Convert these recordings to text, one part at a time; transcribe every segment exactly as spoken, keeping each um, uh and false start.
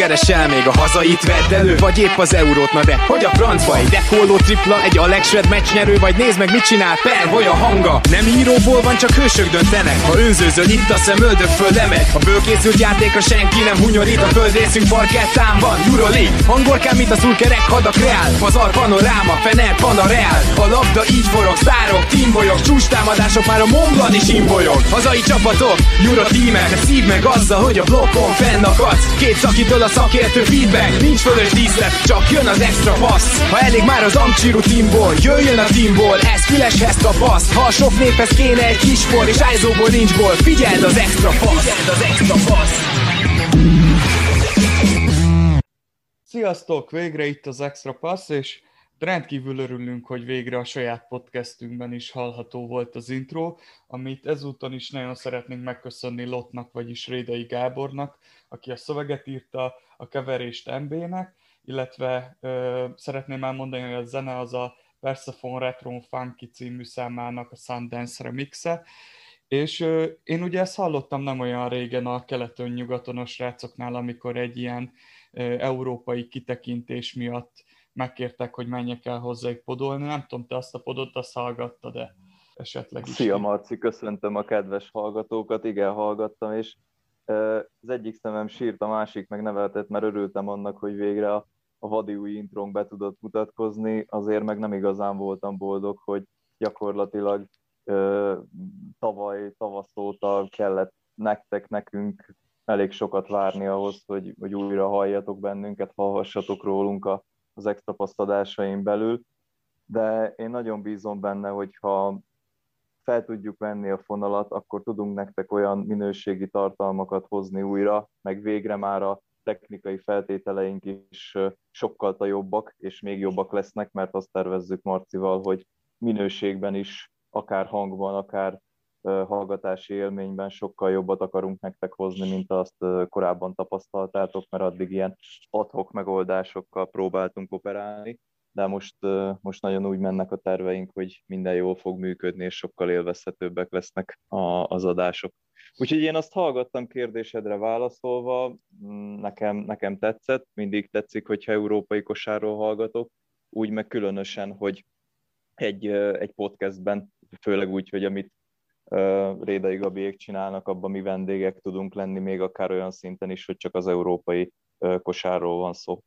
keresel még, a hazait vedd elő, vagy épp az eurót, na de hogy a francba? Egy dekóló tripla, egy Alex Shred meccsnyerő, vagy nézd meg mit csinál Per, vagy a hanga. Nem íróból van, csak hősök döntenek. Ha önzőzöl itt, a szemöldök föl lemegy. A bőkészült játékra senki nem hunyorít, a földrészünk parkettán van Euroleague. Angolkán, mint a szulkerek, hadak reál. Pazar, panoráma, Fener, Pana, Reál. A labda így forog, sztárok, teambolyok, csúcstámadások, már a Montblanc is imbolyog. Hazai csapatok, Euro tímek, de szívd meg azzal, hogy a blokkon fennakadsz. Két szakitől a szakértő feedback, nincs fölös díszlet, csak jön az extra passz. Ha elég már az Amcsiru teamból, jöjjön a teamból, ez füleshez tapaszt. Ha a sok néphez kéne egy kis por, és ájzóból nincs gól, figyeld az extra passz. Figyeld az extra passz. Sziasztok! Végre itt az Extra Pass, és rendkívül örülünk, hogy végre a saját podcastünkben is hallható volt az intro, amit ezúton is nagyon szeretnénk megköszönni Lottnak, vagyis Rédai Gábornak, aki a szöveget írta, a keverést em bé-nek, illetve ö, szeretném elmondani, hogy a zene az a Persephone Retro Funky című számának a Sundance remixe, és ö, én ugye ezt hallottam nem olyan régen a keleten-nyugaton a srácoknál, amikor egy ilyen ö, európai kitekintés miatt megkértek, hogy menjek el hozzájuk podolni. Nem tudom, te azt a podot, azt hallgattad, de esetleg is. Szia Marci, köszöntöm a kedves hallgatókat. Igen, hallgattam, és az egyik szemem sírt, a másik meg nevetett, mert örültem annak, hogy végre a, a vadi új intrónk be tudott mutatkozni, azért meg nem igazán voltam boldog, hogy gyakorlatilag ö, tavaly, tavasz óta kellett nektek, nekünk elég sokat várni ahhoz, hogy, hogy újra halljatok bennünket, hallhassatok rólunk a az extra passz adásain belül, de én nagyon bízom benne, hogy ha fel tudjuk venni a fonalat, akkor tudunk nektek olyan minőségi tartalmakat hozni újra, meg végre már a technikai feltételeink is sokkal jobbak, és még jobbak lesznek, mert azt tervezzük Marcival, hogy minőségben is, akár hangban, akár hallgatási élményben sokkal jobbat akarunk nektek hozni, mint azt korábban tapasztaltátok, mert addig ilyen ad-hoc megoldásokkal próbáltunk operálni, de most, most nagyon úgy mennek a terveink, hogy minden jól fog működni, és sokkal élvezhetőbbek lesznek az adások. Úgyhogy én azt hallgattam kérdésedre válaszolva, nekem, nekem tetszett, mindig tetszik, hogyha európai kosárról hallgatok, úgy meg különösen, hogy egy, egy podcastben, főleg úgy, hogy amit Rédai Gabiék csinálnak, abban mi vendégek tudunk lenni, még akár olyan szinten is, hogy csak az európai kosárról van szó.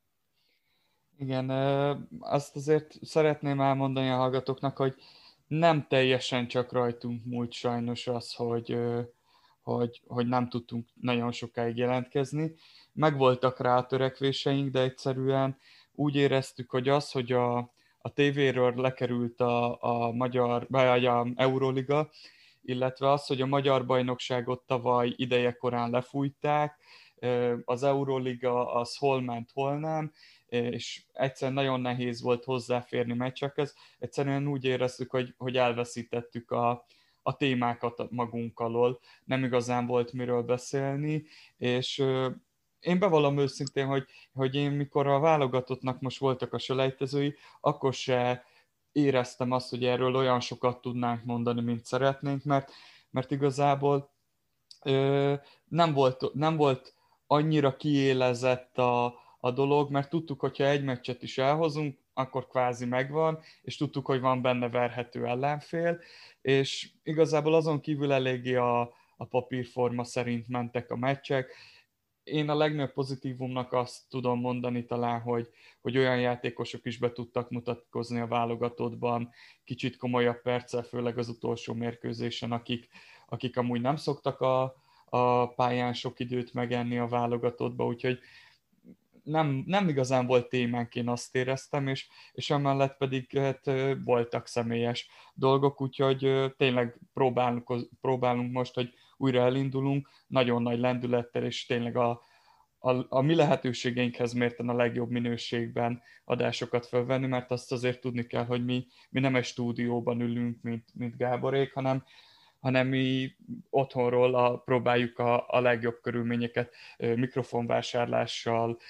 Igen, azt azért szeretném elmondani a hallgatóknak, hogy nem teljesen csak rajtunk múlt sajnos az, hogy, hogy, hogy nem tudtunk nagyon sokáig jelentkezni. Megvoltak rá a törekvéseink, de egyszerűen úgy éreztük, hogy az, hogy a, a tévéről lekerült a, a magyar, vagy a Euróliga, illetve az, hogy a magyar bajnokságot tavaly idejekorán lefújták, az Euróliga az hol ment, hol nem, és egyszerűen nagyon nehéz volt hozzáférni meccsekhez. Egyszerűen úgy éreztük, hogy, hogy elveszítettük a, a témákat magunk alól, nem igazán volt miről beszélni, és én bevallom őszintén, hogy, hogy én mikor a válogatottnak most voltak a selejtezői, akkor se éreztem azt, hogy erről olyan sokat tudnánk mondani, mint szeretnénk, mert, mert igazából ö, nem, volt, nem volt annyira kiélezett a, a dolog, mert tudtuk, hogyha egy meccset is elhozunk, akkor kvázi megvan, és tudtuk, hogy van benne verhető ellenfél, és igazából azon kívül eléggé a, a papírforma szerint mentek a meccsek. Én a legnagyobb pozitívumnak azt tudom mondani talán, hogy, hogy olyan játékosok is be tudtak mutatkozni a válogatottban, kicsit komolyabb perccel, főleg az utolsó mérkőzésen, akik, akik amúgy nem szoktak a, a pályán sok időt megenni a válogatottba, úgyhogy nem, nem igazán volt témánk, én azt éreztem, és, és emellett pedig hát, voltak személyes dolgok, úgyhogy tényleg próbálunk, próbálunk most, hogy újra elindulunk, nagyon nagy lendülettel, és tényleg a, a, a mi lehetőségeinkhez mérten a legjobb minőségben adásokat felvenni, mert azt azért tudni kell, hogy mi, mi nem egy stúdióban ülünk, mint, mint Gáborék, hanem, hanem mi otthonról a, próbáljuk a, a legjobb körülményeket mikrofonvásárlással,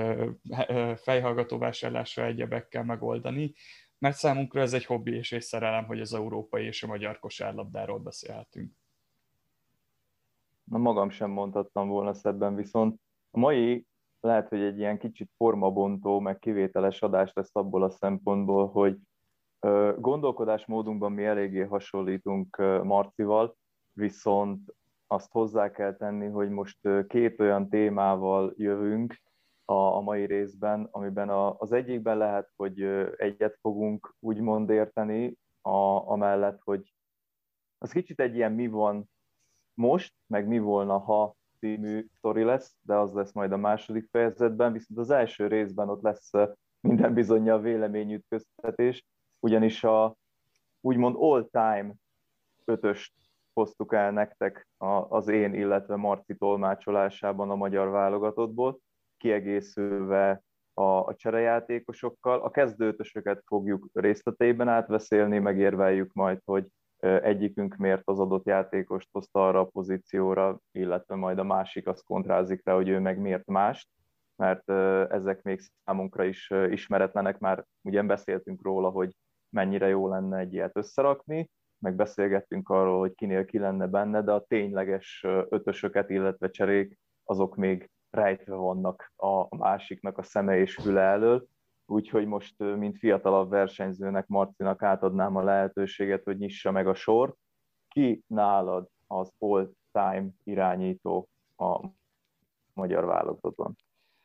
fejhallgatóvásárlással, egyebekkel megoldani, mert számunkra ez egy hobbi és egy szerelem, hogy az európai és a magyar kosárlabdáról beszélhetünk. Na, magam sem mondhattam volna szebben, viszont a mai lehet, hogy egy ilyen kicsit formabontó, meg kivételes adás lesz abból a szempontból, hogy gondolkodásmódunkban mi eléggé hasonlítunk Marcival, viszont azt hozzá kell tenni, hogy most két olyan témával jövünk a, a mai részben, amiben a, az egyikben lehet, hogy egyet fogunk úgymond érteni, a, amellett, hogy az kicsit egy ilyen mi van most, meg mi volna, ha című sztori lesz, de az lesz majd a második fejezetben, viszont az első részben ott lesz minden bizonnyal a véleményütköztetés, ugyanis a úgymond all-time ötöst hoztuk el nektek az én, illetve Marci tolmácsolásában a magyar válogatottból, kiegészülve a, a cserejátékosokkal. A kezdőtösöket fogjuk részleteiben átbeszélni, megérveljük majd, hogy egyikünk miért az adott játékost hozta arra a pozícióra, illetve majd a másik azt kontrázik rá, hogy ő meg miért mást, mert ezek még számunkra is ismeretlenek, már ugye beszéltünk róla, hogy mennyire jó lenne egy ilyet összerakni, meg beszélgettünk arról, hogy kinél ki lenne benne, de a tényleges ötösöket, illetve cserék, azok még rejtve vannak a másiknak a szeme és füle elől, úgyhogy most, mint fiatalabb versenyzőnek, Marcinak átadnám a lehetőséget, hogy nyissa meg a sort. Ki nálad az all-time irányító a magyar válogatottban?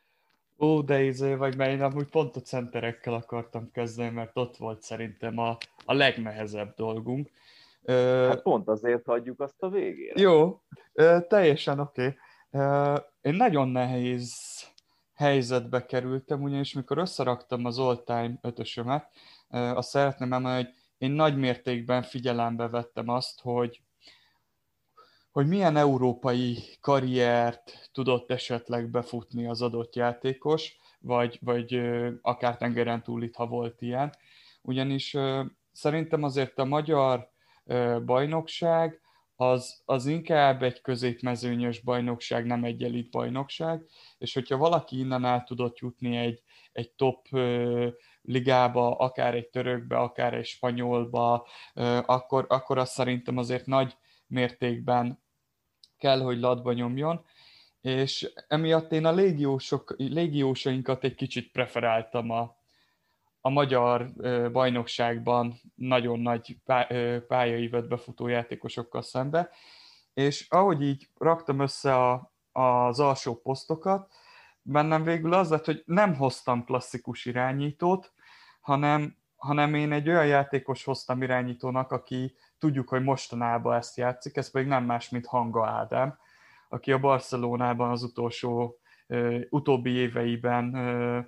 Ó, de izé vagy, mert én amúgy pont a centerekkel akartam kezdeni, mert ott volt szerintem a, a legnehezebb dolgunk. Ö... Hát pont azért hagyjuk azt a végére. Jó, ö, teljesen oké. Okay. Én nagyon nehéz helyzetbe kerültem, ugyanis mikor összeraktam az all-time ötösömet, azt szeretném emelni, hogy én nagy mértékben figyelembe vettem azt, hogy hogy milyen európai karriert tudott esetleg befutni az adott játékos, vagy, vagy akár tengeren túl itt, ha volt ilyen. Ugyanis szerintem azért a magyar bajnokság az, az inkább egy középmezőnyös bajnokság, nem egy elit bajnokság, és hogyha valaki innen el tudott jutni egy, egy top ligába, akár egy törökbe, akár egy spanyolba, akkor, akkor azt szerintem azért nagy mértékben kell, hogy latba nyomjon, és emiatt én a légiósok, légiósainkat egy kicsit preferáltam a, a magyar bajnokságban nagyon nagy pályaívet befutó játékosokkal szembe, és ahogy így raktam össze a, az alsó posztokat, bennem végül az lett, hogy nem hoztam klasszikus irányítót, hanem, hanem én egy olyan játékos hoztam irányítónak, aki tudjuk, hogy mostanában ezt játszik, ez pedig nem más, mint Hanga Ádám, aki a Barcelonában az utolsó, uh, utóbbi éveiben uh,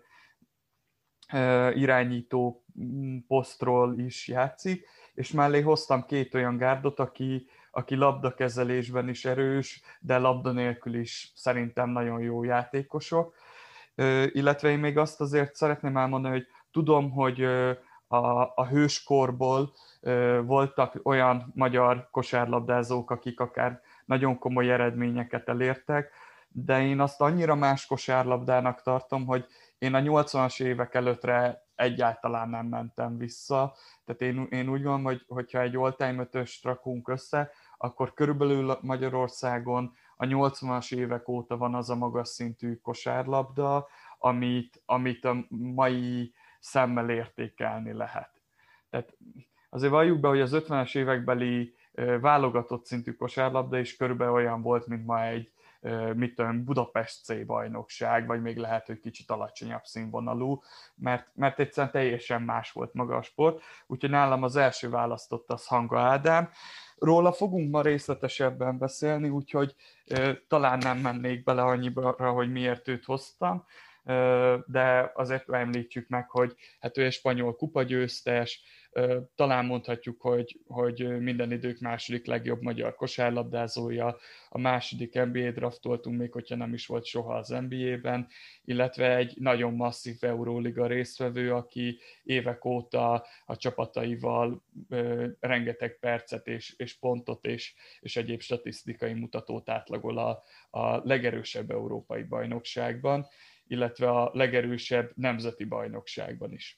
uh, irányító posztról is játszik, és mellé hoztam két olyan gárdot, aki, aki labdakezelésben is erős, de labda nélkül is szerintem nagyon jó játékosok. Uh, illetve én még azt azért szeretném elmondani, hogy tudom, hogy uh, a, a hőskorból uh, voltak olyan magyar kosárlabdázók, akik akár nagyon komoly eredményeket elértek, de én azt annyira más kosárlabdának tartom, hogy én a nyolcvanas évek előttre egyáltalán nem mentem vissza. Tehát én, én úgy gondolom, hogy hogyha egy all-time ötöst rakunk össze, akkor körülbelül Magyarországon a nyolcvanas évek óta van az a magas szintű kosárlabda, amit, amit a mai szemmel értékelni lehet. Tehát azért valljuk be, hogy az ötvenes évekbeli válogatott szintű kosárlabda is körülbelül olyan volt, mint ma egy mit tudom, Budapest C bajnokság, vagy még lehet, hogy kicsit alacsonyabb színvonalú, mert, mert egyszerűen teljesen más volt maga a sport, úgyhogy nálam az első választott az Hanga Ádám. Róla fogunk ma részletesebben beszélni, úgyhogy e, talán nem mennék bele annyira, hogy miért őt hoztam, e, de azért említsük meg, hogy hát ő egy spanyol kupagyőztes, talán mondhatjuk, hogy, hogy minden idők második legjobb magyar kosárlabdázója, a második en bé á draftoltunk, még hogyha nem is volt soha az en bé á-ben, illetve egy nagyon masszív Euróliga résztvevő, aki évek óta a csapataival rengeteg percet és, és pontot és, és egyéb statisztikai mutatót átlagol a, a legerősebb európai bajnokságban, illetve a legerősebb nemzeti bajnokságban is.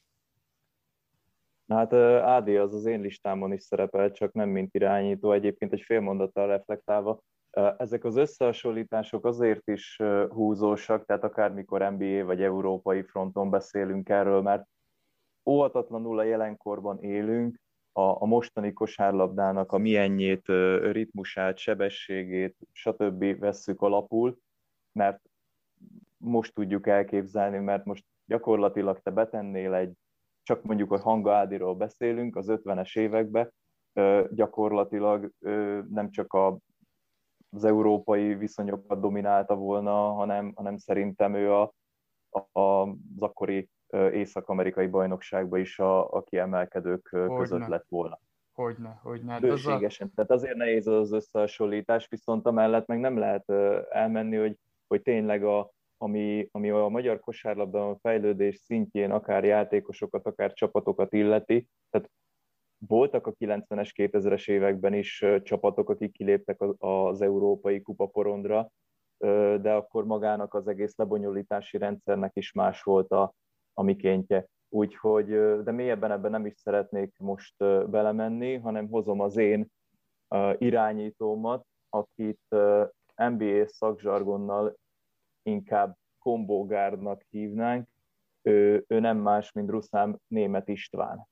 Hát Ádi az az én listámon is szerepel, csak nem mint irányító. Egyébként egy fél mondattal reflektálva, Ezek az összehasonlítások azért is húzósak, tehát akármikor en bé á vagy európai fronton beszélünk erről, mert óhatatlanul a jelenkorban élünk, a, a mostani kosárlabdának a milyenjét, ritmusát, sebességét, stb. Vesszük alapul, mert most tudjuk elképzelni, mert most gyakorlatilag te betennél egy, csak mondjuk a Hanga Ádiról beszélünk, az ötvenes években, gyakorlatilag nem csak a az európai viszonyokat dominálta volna, hanem, hanem szerintem ő a, a, az akkori észak-amerikai bajnokságban is a, a kiemelkedők hogyne. között lett volna. Hogyne, hogyne. Bőségesen. A... Tehát azért nehéz az összehasonlítás, viszont amellett meg nem lehet elmenni, hogy, hogy tényleg a, ami, ami a magyar kosárlabda fejlődés szintjén akár játékosokat, akár csapatokat illeti, tehát voltak a kilencvenes, kétezres években is csapatok, akik kiléptek az európai kupaporondra, de akkor magának az egész lebonyolítási rendszernek is más volt a, a mikéntje. Úgyhogy, de mélyebben ebben nem is szeretnék most belemenni, hanem hozom az én irányítómat, akit en bé á szakzsargonnal inkább kombógárdnak hívnánk. Ő, ő nem más, mint Ruszám Németh István.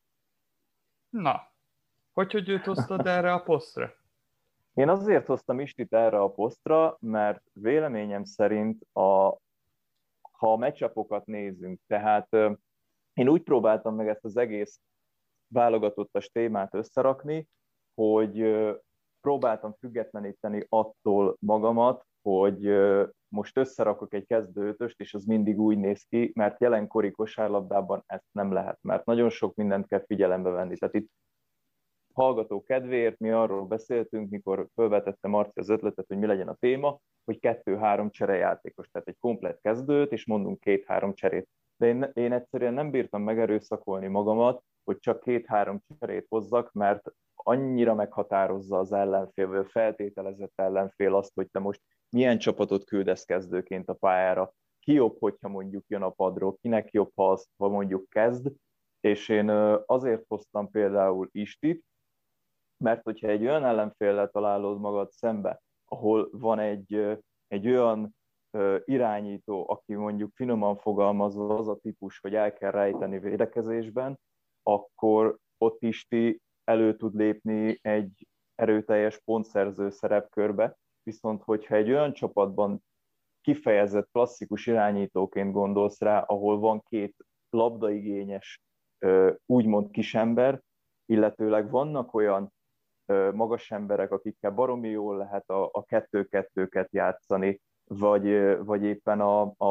Na, hogy, hogy őt hoztad erre a posztra? Én azért hoztam Istit erre a posztra, mert véleményem szerint, a, ha a meccsapokat nézünk, tehát én úgy próbáltam meg ezt az egész válogatottas témát összerakni, hogy próbáltam függetleníteni attól magamat, hogy most összerakok egy kezdőötöst, és az mindig úgy néz ki, mert jelenkori kosárlabdában ezt nem lehet, mert nagyon sok mindent kell figyelembe venni. Tehát itt hallgató kedvéért mi arról beszéltünk, mikor felvetette Marci az ötletet, hogy mi legyen a téma, hogy kettő-három cserejátékos, tehát egy komplett kezdőt, és mondunk két-három cserét. De én, én egyszerűen nem bírtam megerőszakolni magamat, hogy csak két-három cserét hozzak, mert annyira meghatározza az ellenfél, vagy a feltételezett ellenfél azt, hogy te most milyen csapatot küldesz kezdőként a pályára, ki jobb, hogyha mondjuk jön a padról, kinek jobb, ha, az, ha mondjuk kezd, és én azért hoztam például Istit, mert hogyha egy olyan ellenféllel találod magad szembe, ahol van egy, egy olyan irányító, aki mondjuk finoman fogalmazva az a típus, hogy el kell rejteni védekezésben, akkor ott Isti elő tud lépni egy erőteljes pontszerző szerepkörbe, viszont hogyha egy olyan csapatban kifejezett klasszikus irányítóként gondolsz rá, ahol van két labdaigényes úgymond kisember, illetőleg vannak olyan magas emberek, akikkel baromi jól lehet a, a kettő-kettőket játszani, vagy, vagy éppen a, a,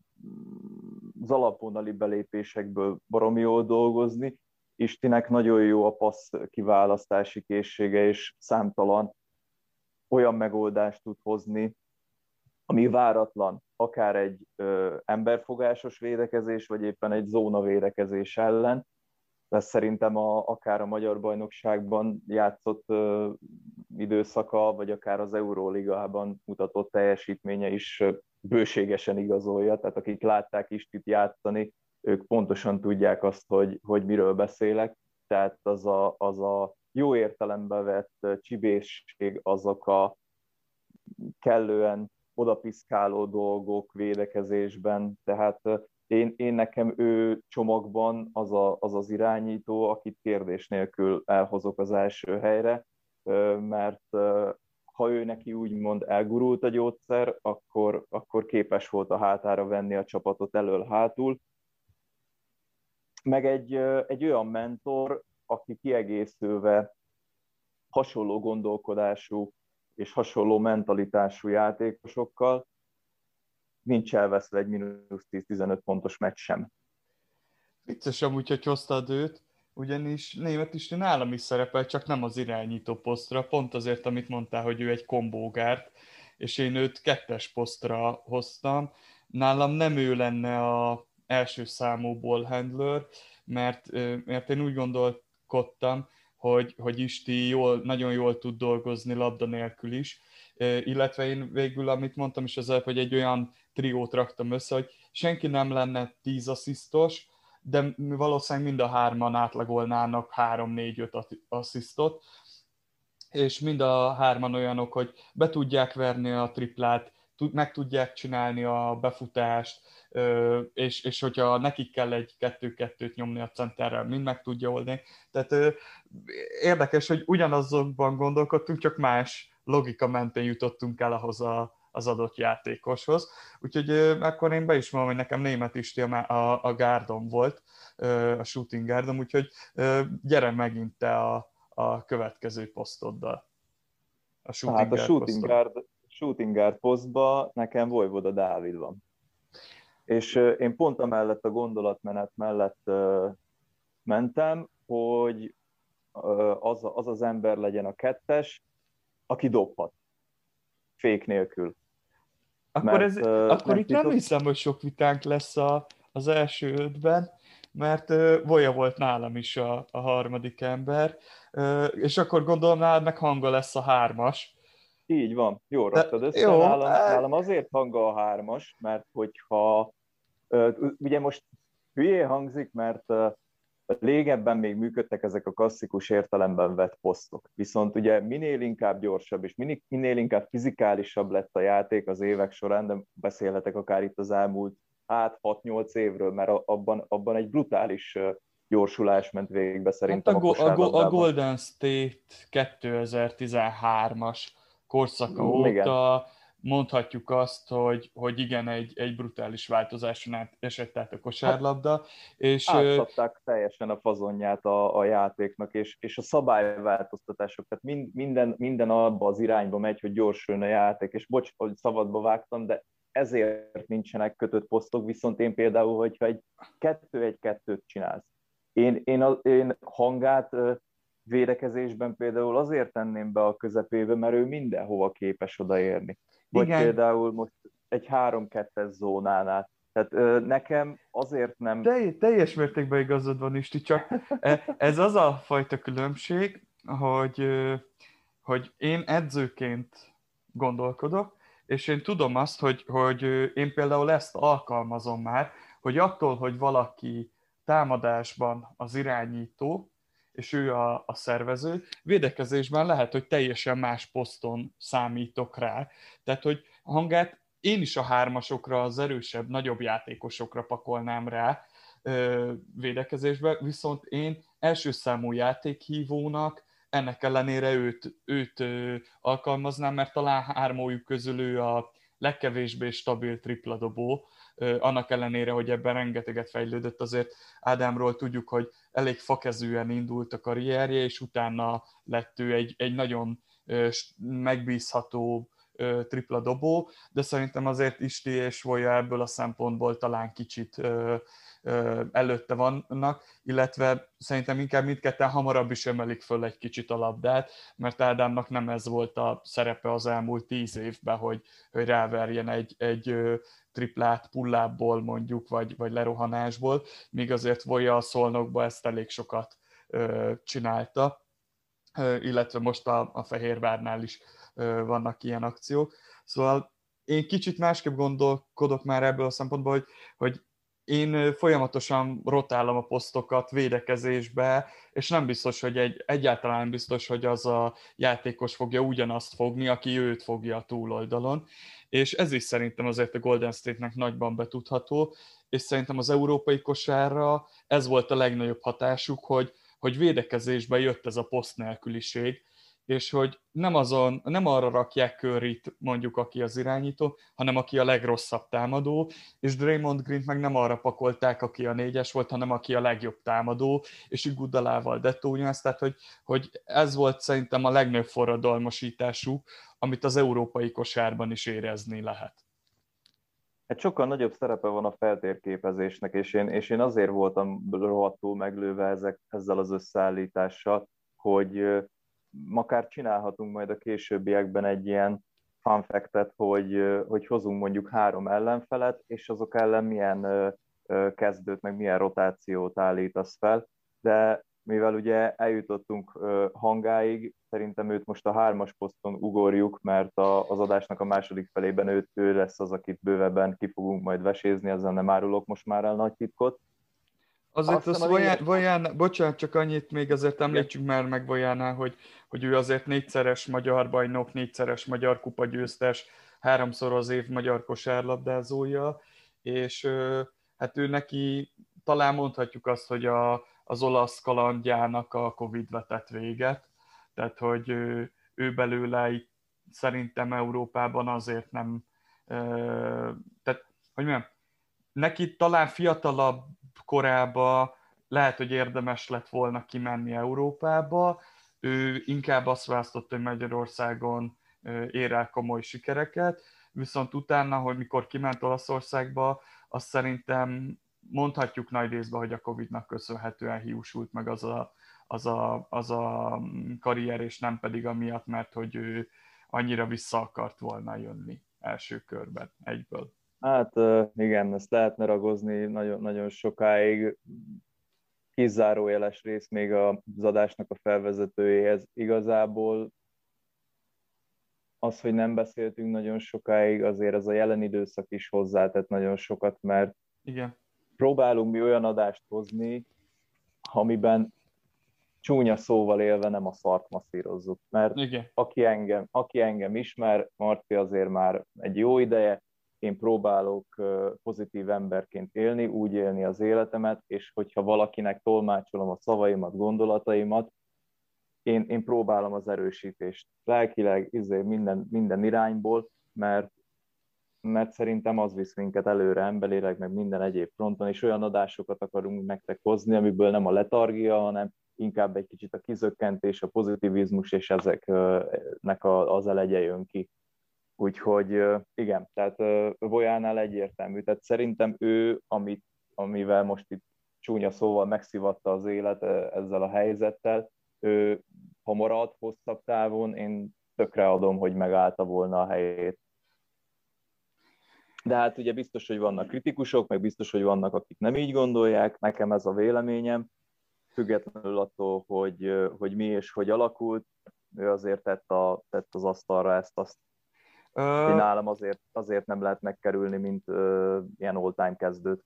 az alapvonali belépésekből baromi jól dolgozni. Istinek nagyon jó a passz kiválasztási készsége, és számtalan olyan megoldást tud hozni, ami váratlan, akár egy ö, emberfogásos védekezés, vagy éppen egy zóna védekezés ellen. De szerintem a, akár a Magyar Bajnokságban játszott ö, időszaka, vagy akár az Euróligában mutatott teljesítménye is ö, bőségesen igazolja. Tehát akik látták Istit játszani, ők pontosan tudják azt, hogy, hogy miről beszélek. Tehát az a, az a jó értelembe vett csibészség, azok a kellően odapiszkáló dolgok védekezésben, tehát én, én nekem ő csomagban az, a, az az irányító, akit kérdés nélkül elhozok az első helyre, mert ha ő neki úgymond elgurult a gyógyszer, akkor, akkor képes volt a hátára venni a csapatot elől-hátul. Meg egy, egy olyan mentor, aki kiegészülve hasonló gondolkodású és hasonló mentalitású játékosokkal nincs elveszve egy mínusz tíz-tizenöt pontos meccs sem. Vicces amúgy, hogy hoztad őt, ugyanis Németh István nálam is szerepel, csak nem az irányító posztra, pont azért, amit mondtál, hogy ő egy kombógárt, és én őt kettes posztra hoztam. Nálam nem ő lenne az első számú ballhandler, mert, mert én úgy gondolkodtam, hogy, hogy Isti jól, nagyon jól tud dolgozni labda nélkül is, illetve én végül, amit mondtam is az előbb, hogy egy olyan triót raktam össze, hogy senki nem lenne tíz asszisztos, de valószínűleg mind a hárman átlagolnának három-négy-öt asszisztot, és mind a hárman olyanok, hogy be tudják verni a triplát, meg tudják csinálni a befutást, és, és hogyha nekik kell egy kettő-kettőt nyomni a centerrel, mind meg tudja oldani. Tehát érdekes, hogy ugyanazokban gondolkodtunk, csak más logika mentén jutottunk el ahhoz a, az adott játékoshoz. Úgyhogy akkor én be is mondom, hogy nekem Németh Isti a, a, a gárdom volt, a shooting gárdom, úgyhogy gyere megint te a, a következő posztoddal. A shooting hát a shooting guard, shooting guard posztba nekem Vojvoda Dávid van. És uh, én pont amellett a gondolatmenet mellett uh, mentem, hogy uh, az, az az ember legyen a kettes, aki dobhat. Fék nélkül. Akkor, Mert, ez, uh, akkor itt nem hiszem, hogy sok vitánk lesz a, az első ötben, mert uh, Voja volt nálam is a, a harmadik ember, uh, és akkor gondolom nálad meg Hanga lesz a hármas. Így van, jól raktad össze. Jó, nálam, nálam azért Hanga a hármas, mert hogyha uh, ugye most hülyén hangzik, mert uh, régebben még működtek ezek a klasszikus értelemben vett posztok. Viszont ugye minél inkább gyorsabb, és minél, minél inkább fizikálisabb lett a játék az évek során, de beszélhetek akár itt az elmúlt hát hat-nyolc évről, mert abban, abban egy brutális gyorsulás ment végbe szerintem hát a, a kosárlabdában. A Golden State kétezer-tizenhármas korszaka mm, óta igen. Mondhatjuk azt, hogy, hogy igen, egy, egy brutális változáson át esett át a kosárlabda. Hát, és átszabták teljesen a fazonját a, a játéknak, és, és a szabályváltoztatások, tehát mind, minden, minden abba az irányba megy, hogy gyorsuljon a játék, és bocs, hogy szabadba vágtam, de ezért nincsenek kötött posztok, viszont én például, hogyha egy kettő-egy-kettőt csinálsz, én, én, a, én Hangát védekezésben például azért tenném be a közepébe, mert ő mindenhova képes odaérni. Vagy igen. Például most egy három-kettes zónánál. Tehát ö, nekem azért nem... Te, teljes mértékben igazad van, Isti, csak ez az a fajta különbség, hogy, hogy én edzőként gondolkodok, és én tudom azt, hogy, hogy én például ezt alkalmazom már, hogy attól, hogy valaki támadásban az irányító, és ő a, a szervező, védekezésben lehet, hogy teljesen más poszton számítok rá. Tehát, hogy Hangát én is a hármasokra, az erősebb, nagyobb játékosokra pakolnám rá ö, védekezésbe, viszont én első számú játékhívónak ennek ellenére őt, őt ö, alkalmaznám, mert talán hármójuk közül ő a legkevésbé stabil tripladobó, annak ellenére, hogy ebben rengeteget fejlődött, azért Ádámról tudjuk, hogy elég fakezűen indult a karrierje, és utána lett ő egy, egy nagyon megbízható tripla dobó, de szerintem azért Isti és Voja ebből a szempontból talán kicsit előtte vannak, illetve szerintem inkább mindketten hamarabb is emelik föl egy kicsit a labdát, mert Ádámnak nem ez volt a szerepe az elmúlt tíz évben, hogy, hogy ráverjen egy, egy triplát pullából mondjuk, vagy, vagy lerohanásból, míg azért Voja a Szolnokban ezt elég sokat ö, csinálta, ö, illetve most a, a Fehérvárnál is ö, vannak ilyen akciók. Szóval én kicsit másképp gondolkodok már ebből a szempontból, hogy, hogy én folyamatosan rotálom a posztokat védekezésbe, és nem biztos, hogy egy, egyáltalán biztos, hogy az a játékos fogja ugyanazt fogni, aki őt fogja a túloldalon. És ez is szerintem azért a Golden State-nek nagyban betudható, és szerintem az európai kosárra ez volt a legnagyobb hatásuk, hogy, hogy védekezésben jött ez a poszt nélküliség, és hogy nem, azon, nem arra rakják Curryt mondjuk, aki az irányító, hanem aki a legrosszabb támadó, és Draymond Green meg nem arra pakolták, aki a négyes volt, hanem aki a legjobb támadó, és Iguodalával Detónyász, tehát hogy, hogy ez volt szerintem a legnagyobb forradalmasításuk, amit az európai kosárban is érezni lehet. Hát sokkal nagyobb szerepe van a feltérképezésnek, és én, és én azért voltam rohadtul meglőve ezek, ezzel az összeállítással, hogy akár csinálhatunk majd a későbbiekben egy ilyen fun fact-et, hogy, hogy hozunk mondjuk három ellenfelet, és azok ellen milyen kezdőt, meg milyen rotációt állítasz fel, de mivel ugye eljutottunk Hangáig, szerintem őt most a hármas poszton ugorjuk, mert a, az adásnak a második felében ő, ő lesz az, akit bővebben ki fogunk majd vesézni, ezzel nem árulok most már el nagy titkot. Azért Azt az hiszem a lényeg... Voján, Voján, bocsánat, csak annyit még azért említsük már meg Vojánál, hogy, hogy ő azért négyszeres magyar bajnok, négyszeres magyar kupagyőztes, háromszor az év magyar kosárlabdázója, és hát ő neki talán mondhatjuk azt, hogy a, az olasz kalandjának a Covid vetett véget, tehát hogy ő, ő belőle itt szerintem Európában azért nem, tehát hogy mondjam, neki talán fiatalabb korába lehet, hogy érdemes lett volna kimenni Európába. Ő inkább azt választotta, hogy Magyarországon ér el komoly sikereket, viszont utána, hogy mikor kiment Olaszországba, azt szerintem mondhatjuk nagy részben, hogy a Covidnak köszönhetően hiúsult meg az a, az a, az a karrier, és nem pedig amiatt, mert hogy ő annyira vissza akart volna jönni első körben egyből. Hát igen, ezt lehetne ragozni nagyon, nagyon sokáig. Kizárójeles rész még az adásnak a felvezetőjéhez. Igazából az, hogy nem beszéltünk nagyon sokáig, azért ez a jelen időszak is hozzátett nagyon sokat, mert igen. Próbálunk mi olyan adást hozni, amiben csúnya szóval élve nem a szart masszírozzuk. Mert igen. Aki, engem, aki engem ismer, Marci azért már egy jó ideje, én próbálok pozitív emberként élni, úgy élni az életemet, és hogyha valakinek tolmácsolom a szavaimat, gondolataimat, én, én próbálom az erősítést lelkileg, izé, minden, minden irányból, mert, mert szerintem az visz minket előre emberileg, meg minden egyéb fronton, és olyan adásokat akarunk nektek hozni, amiből nem a letargia, hanem inkább egy kicsit a kizökkentés, a pozitivizmus, és ezeknek az elegye jön ki. Úgyhogy igen, tehát Vojánál egyértelmű. Tehát szerintem ő, amit, amivel most itt csúnya szóval megszivatta az élet ezzel a helyzettel, ő, ha marad hosszabb távon, én tökre adom, hogy megállta volna a helyét. De hát ugye biztos, hogy vannak kritikusok, meg biztos, hogy vannak, akik nem így gondolják. Nekem ez a véleményem, függetlenül attól, hogy, hogy mi és hogy alakult, ő azért tett, a, tett az asztalra ezt, azt, hogy nálam azért, azért nem lehet megkerülni, mint uh, ilyen all-time kezdőt.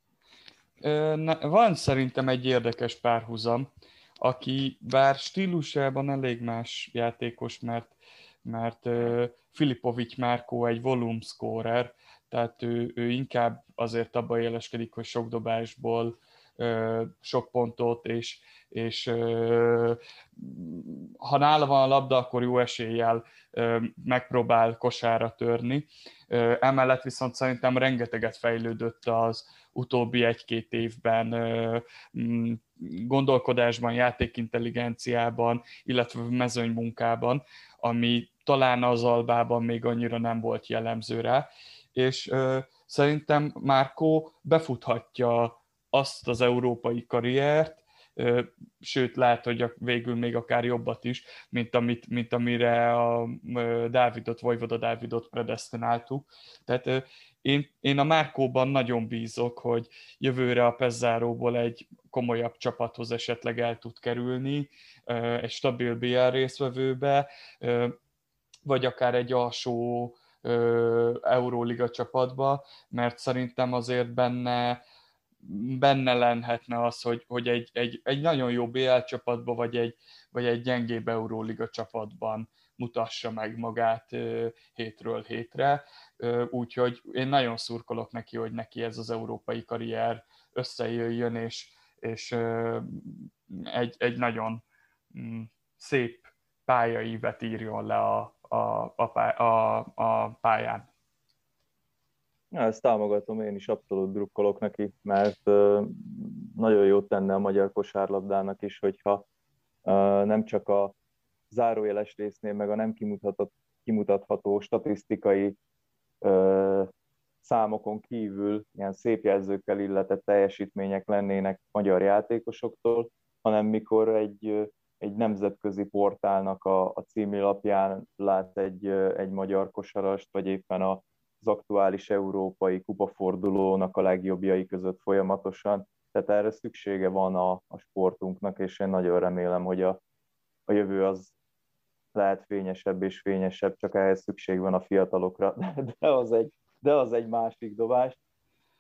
Van szerintem egy érdekes párhuzam, aki bár stílusában elég más játékos, mert, mert uh, Filipovics Márkó egy volume scorer, tehát ő, ő inkább azért abban éleskedik, hogy sok dobásból uh, sok pontot, és, és uh, ha nála van a labda, akkor jó eséllyel uh, megpróbál kosárra törni. Uh, emellett viszont szerintem rengeteget fejlődött az utóbbi egy-két évben uh, gondolkodásban, játékintelligenciában, illetve mezőnymunkában, ami talán az Albában még annyira nem volt jellemző rá, és uh, szerintem Márkó befuthatja azt az európai karriert, uh, sőt lehet, hogy végül még akár jobbat is, mint, amit, mint amire a uh, Dávidot, Vojvoda Dávidot predesztináltuk. Tehát uh, Én, én a Márkóban nagyon bízok, hogy jövőre a Pezzáróból egy komolyabb csapathoz esetleg el tud kerülni, egy stabil bé el résztvevőbe, vagy akár egy alsó Euróliga csapatba, mert szerintem azért benne, benne lenhetne az, hogy, hogy egy, egy, egy nagyon jó bé el csapatba, vagy egy, vagy egy gyengébb Euróliga csapatban mutassa meg magát hétről hétre. Úgyhogy én nagyon szurkolok neki, hogy neki ez az európai karrier összejöjjön, és, és egy, egy nagyon szép pályaívet írjon le a, a, a, a pályán. Ja, ezt támogatom, én is abszolút drukkolok neki, mert nagyon jót tenne a magyar kosárlabdának is, hogyha nem csak a zárójeles résznél, meg a nem kimutatható, kimutatható statisztikai ö, számokon kívül ilyen szép jelzőkkel illetett teljesítmények lennének magyar játékosoktól, hanem mikor egy, egy nemzetközi portálnak a, a címlapján lát egy, egy magyar kosarast, vagy éppen az aktuális európai kupafordulónak a legjobbjai között folyamatosan. Tehát erre szüksége van a, a sportunknak, és én nagyon remélem, hogy a, a jövő az lehet fényesebb és fényesebb, csak ehhez szükség van a fiatalokra, de az egy, de az egy másik dobás.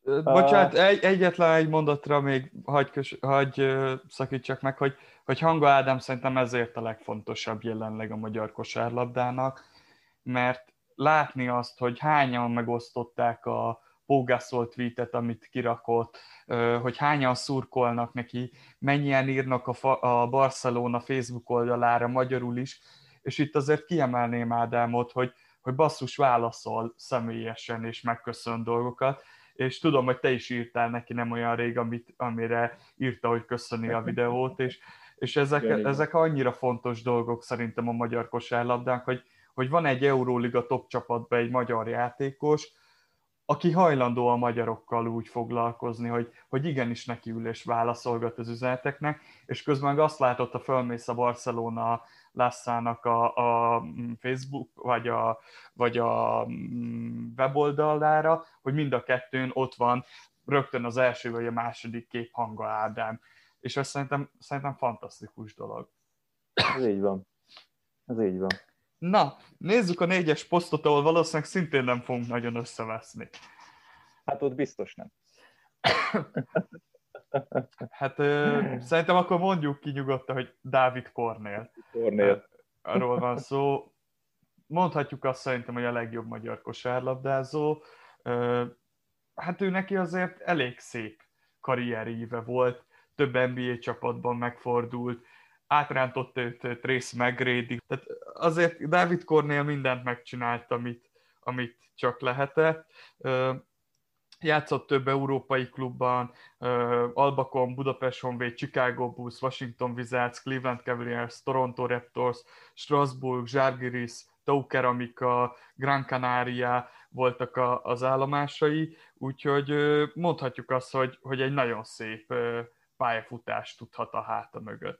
Bocsánat, egy, egyetlen egy mondatra még hagy, kös, hagy szakítsak meg, hogy, hogy Hanga Ádám szerintem ezért a legfontosabb jelenleg a magyar kosárlabdának, mert látni azt, hogy hányan megosztották a Pógászol tweetet, amit kirakott, hogy hányan szurkolnak neki, mennyien írnak a, fa, a Barcelona Facebook oldalára magyarul is, és itt azért kiemelném Ádámot, hogy, hogy basszus válaszol személyesen és megköszön dolgokat, és tudom, hogy te is írtál neki nem olyan rég, amit, amire írta, hogy köszöni a videót, és, és ezek, igen, ezek annyira fontos dolgok szerintem a magyar kosárlabdánk, hogy, hogy van egy Euróliga top csapatban egy magyar játékos, aki hajlandó a magyarokkal úgy foglalkozni, hogy, hogy igenis nekiül és válaszolgat az üzeneteknek, és közben azt látod, a fölmész a Barcelona Lassának a, a Facebook vagy a, vagy a weboldalára, hogy mind a kettőn ott van rögtön az első vagy a második kép Hanga Ádám. És ez szerintem, szerintem fantasztikus dolog. Ez így van. Ez így van. Na, nézzük a négyes posztot, ahol valószínűleg szintén nem fogunk nagyon összeveszni. Hát ott biztos nem. Hát ö, szerintem akkor mondjuk ki nyugodtan, hogy Dávid Kornél. Kornél. Arról van szó. Mondhatjuk azt szerintem, hogy a legjobb magyar kosárlabdázó. Ö, hát ő neki azért elég szép karrieríve volt. Több en bé á csapatban megfordult. Átrántott őt Trace McGrady. Tehát azért Dávid Kornél mindent megcsinált, amit, amit csak lehetett. Játszott több európai klubban, Albacon, Budapest Honvéd, Chicago Bulls, Washington Wizards, Cleveland Cavaliers, Toronto Raptors, Strasbourg, Žalgiris, Tau Keramika, Gran Canaria voltak a, az állomásai, úgyhogy mondhatjuk azt, hogy, hogy egy nagyon szép pályafutást tudhat a háta mögött.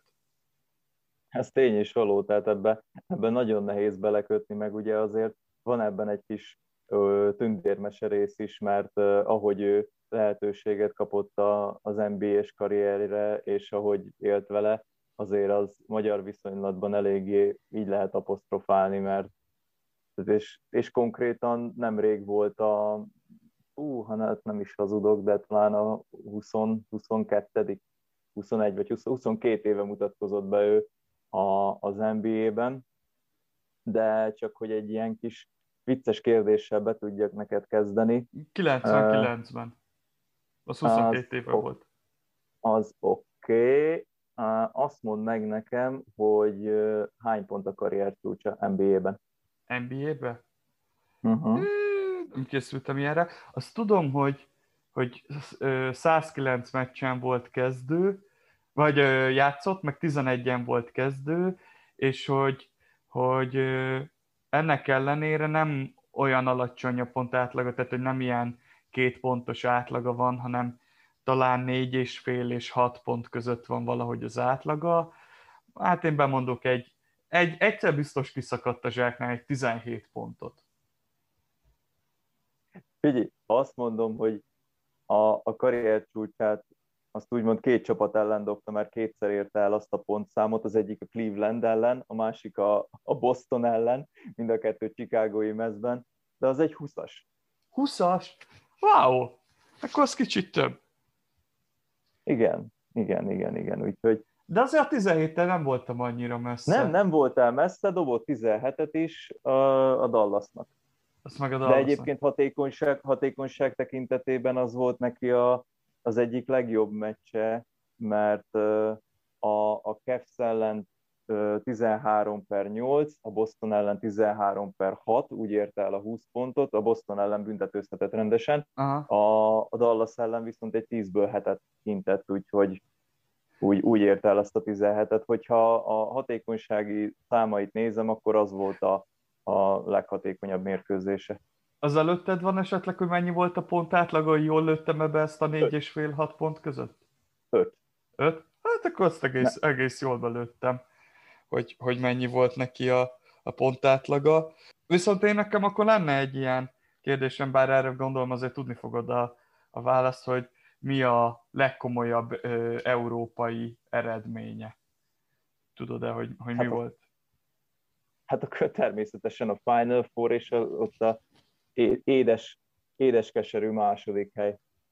Ez tény és való, tehát ebben ebbe nagyon nehéz belekötni, meg ugye azért van ebben egy kis ö, tündérmese rész is, mert ö, ahogy ő lehetőséget kapott a, az en bé á-s karrierre, és ahogy élt vele, azért az magyar viszonylatban eléggé így lehet apostrofálni, mert és, és konkrétan nemrég volt a, ú, hát nem is hazudok, de talán a húsz, huszonkettő huszonegy vagy húsz, huszonkét éve mutatkozott be ő a, az en bé á-ben, de csak hogy egy ilyen kis vicces kérdéssel be tudjak neked kezdeni. kilencvenkilencben. Az huszonkét éve ok, volt. Az oké. Okay. Azt mondd meg nekem, hogy hány pont a karrier csúcsa en bé á-ben? en bé á-ben? Uh-huh. Nem készültem ilyenre. Azt tudom, hogy, hogy százkilenc meccsen volt kezdő, vagy játszott, meg tizenegyen volt kezdő, és hogy, hogy ennek ellenére nem olyan alacsony a pont átlaga, tehát hogy nem ilyen két pontos átlaga van, hanem talán négy és fél és hat pont között van valahogy az átlaga. Hát én bemondok egy, egy egyszer biztos kiszakadt a zsáknál egy tizenhét pontot. Figyelj, azt mondom, hogy a, a karrier csúcsát azt úgymond két csapat ellen dobta, mert kétszer érte el azt a pontszámot, az egyik a Cleveland ellen, a másik a, a Boston ellen, mind a kettő chicagói mezben, de az egy húszas. húszas? Wow! Akkor az kicsit több. Igen, igen, igen, igen, úgyhogy... De azért a tizenhéttel nem voltam annyira messze. Nem, nem voltál messze, dobott tizenhetet is a, a Dallasnak. Azt meg a De egyébként hatékonyság, hatékonyság tekintetében az volt neki a, az egyik legjobb meccse, mert a, a Cavs ellen tizenhárom per nyolc, a Boston ellen tizenhárom per hat, úgy érte el a húsz pontot, a Boston ellen büntetőztetett rendesen, a, a Dallas ellen viszont egy tízből hetet kintett, úgyhogy úgy, úgy érte el azt a tizenhetet, hogyha a hatékonysági számait nézem, akkor az volt a, a leghatékonyabb mérkőzése. Az előtted van esetleg, hogy mennyi volt a pont átlaga, hogy jól lőttem ebbe ezt a négy és fél hat pont között? Öt. Öt? Hát akkor azt egész, egész jól belőttem, hogy, hogy mennyi volt neki a, a pont átlaga. Viszont én nekem akkor lenne egy ilyen kérdésem, bár erre gondolom azért tudni fogod a, a választ, hogy mi a legkomolyabb ö, európai eredménye. Tudod-e, hogy, hogy hát mi a, volt? Hát akkor természetesen a Final Four, és a, ott a édes, édes keserű második hely.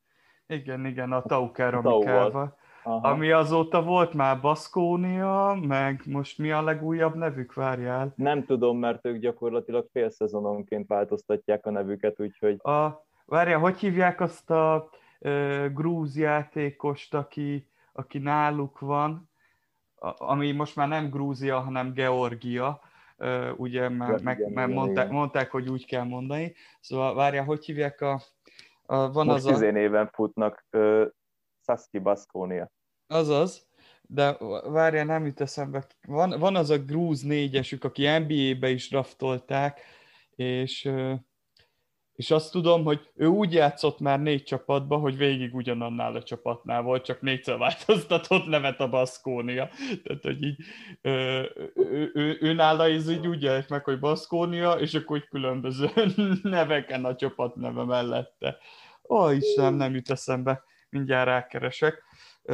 Igen, igen, a Tau Tauval. Keramikával. Ami azóta volt már Baskonia, meg most mi a legújabb nevük, várjál? Nem tudom, mert ők gyakorlatilag fél szezononként változtatják a nevüket, úgyhogy... A, várjál, hogy hívják azt a e, grúz játékost, aki, aki náluk van, a, ami most már nem Grúzia, hanem Georgia, e, ugye, mert Ja, meg, igen, meg igen, mondták, igen. mondták, hogy úgy kell mondani. Szóval várjál, hogy hívják a... a van Most az a... tíz éven futnak uh, Saski Baskonia. Azaz, de várjál, nem jut eszembe. Van, van az a grúz négyesük, aki en bé á-be is draftolták, és, és azt tudom, hogy ő úgy játszott már négy csapatban, hogy végig ugyanannál a csapatnál volt, csak négyszer változtatott nevet a Baskonia. Tehát, hogy így ő, ő, ő, ő nála ez így úgy jelent meg, hogy Baskonia, és akkor úgy különböző neveken a csapat neve mellette. Ó, Istenem, nem jut eszembe. Mindjárt rákeresek.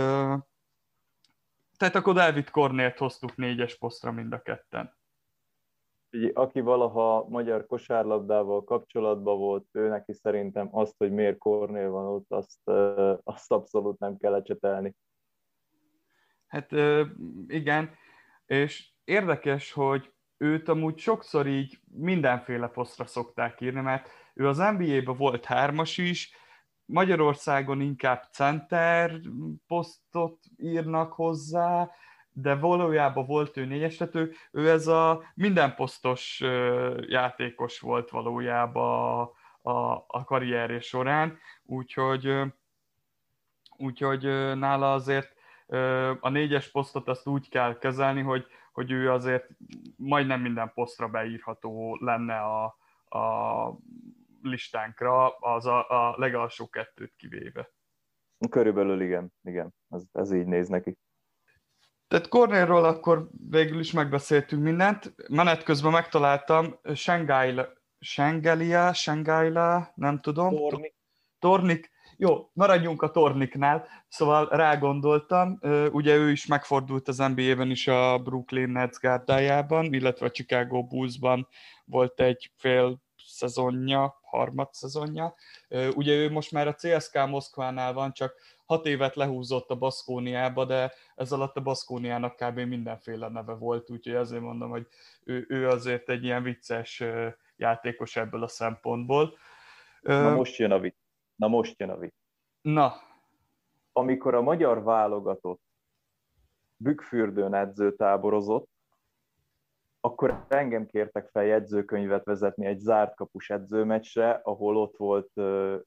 Tehát akkor Dávid Kornélt hoztuk négyes posztra mind a ketten. Aki valaha magyar kosárlabdával kapcsolatban volt, ő neki szerintem azt, hogy miért Kornél van ott, azt, azt abszolút nem kell ecsetelni. Hát igen, és érdekes, hogy őt amúgy sokszor így mindenféle posztra szokták írni, mert ő az en bé á-ben volt hármas is, Magyarországon inkább center posztot írnak hozzá, de valójában volt ő négyes, tehát ő, ő ez a minden posztos játékos volt valójában a, a, a karrierje során, úgyhogy, úgyhogy nála azért a négyes posztot azt úgy kell kezelni, hogy, hogy ő azért majdnem minden posztra beírható lenne a, a listánkra, az a, a legalsó kettőt kivéve. Körülbelül igen, igen, ez, ez így néz neki. Tehát Kornélról akkor végül is megbeszéltünk mindent. Menet közben megtaláltam Shengaila, Shengelia, Shengaila, nem tudom. Tornik. Tornik. Jó, maradjunk a Torniknál. Szóval rágondoltam, ugye ő is megfordult az en bé á-ben is a Brooklyn Nets gárdájában, illetve a Chicago Bullsban volt egy fél szezonja, harmad szezonja. Ugye ő most már a cé es ká Moszkvánál van, csak hat évet lehúzott a Baskóniába, de ez alatt a Baskóniának kb. Mindenféle neve volt, úgyhogy azért mondom, hogy ő, ő azért egy ilyen vicces játékos ebből a szempontból. Na most jön a vicc. Na most jön a vicc. Na. Amikor a magyar válogatott Bükkfürdőn edzőtáborozott, akkor engem kértek fel jegyzőkönyvet vezetni egy zárt kapus edzőmeccsre, ahol ott volt uh,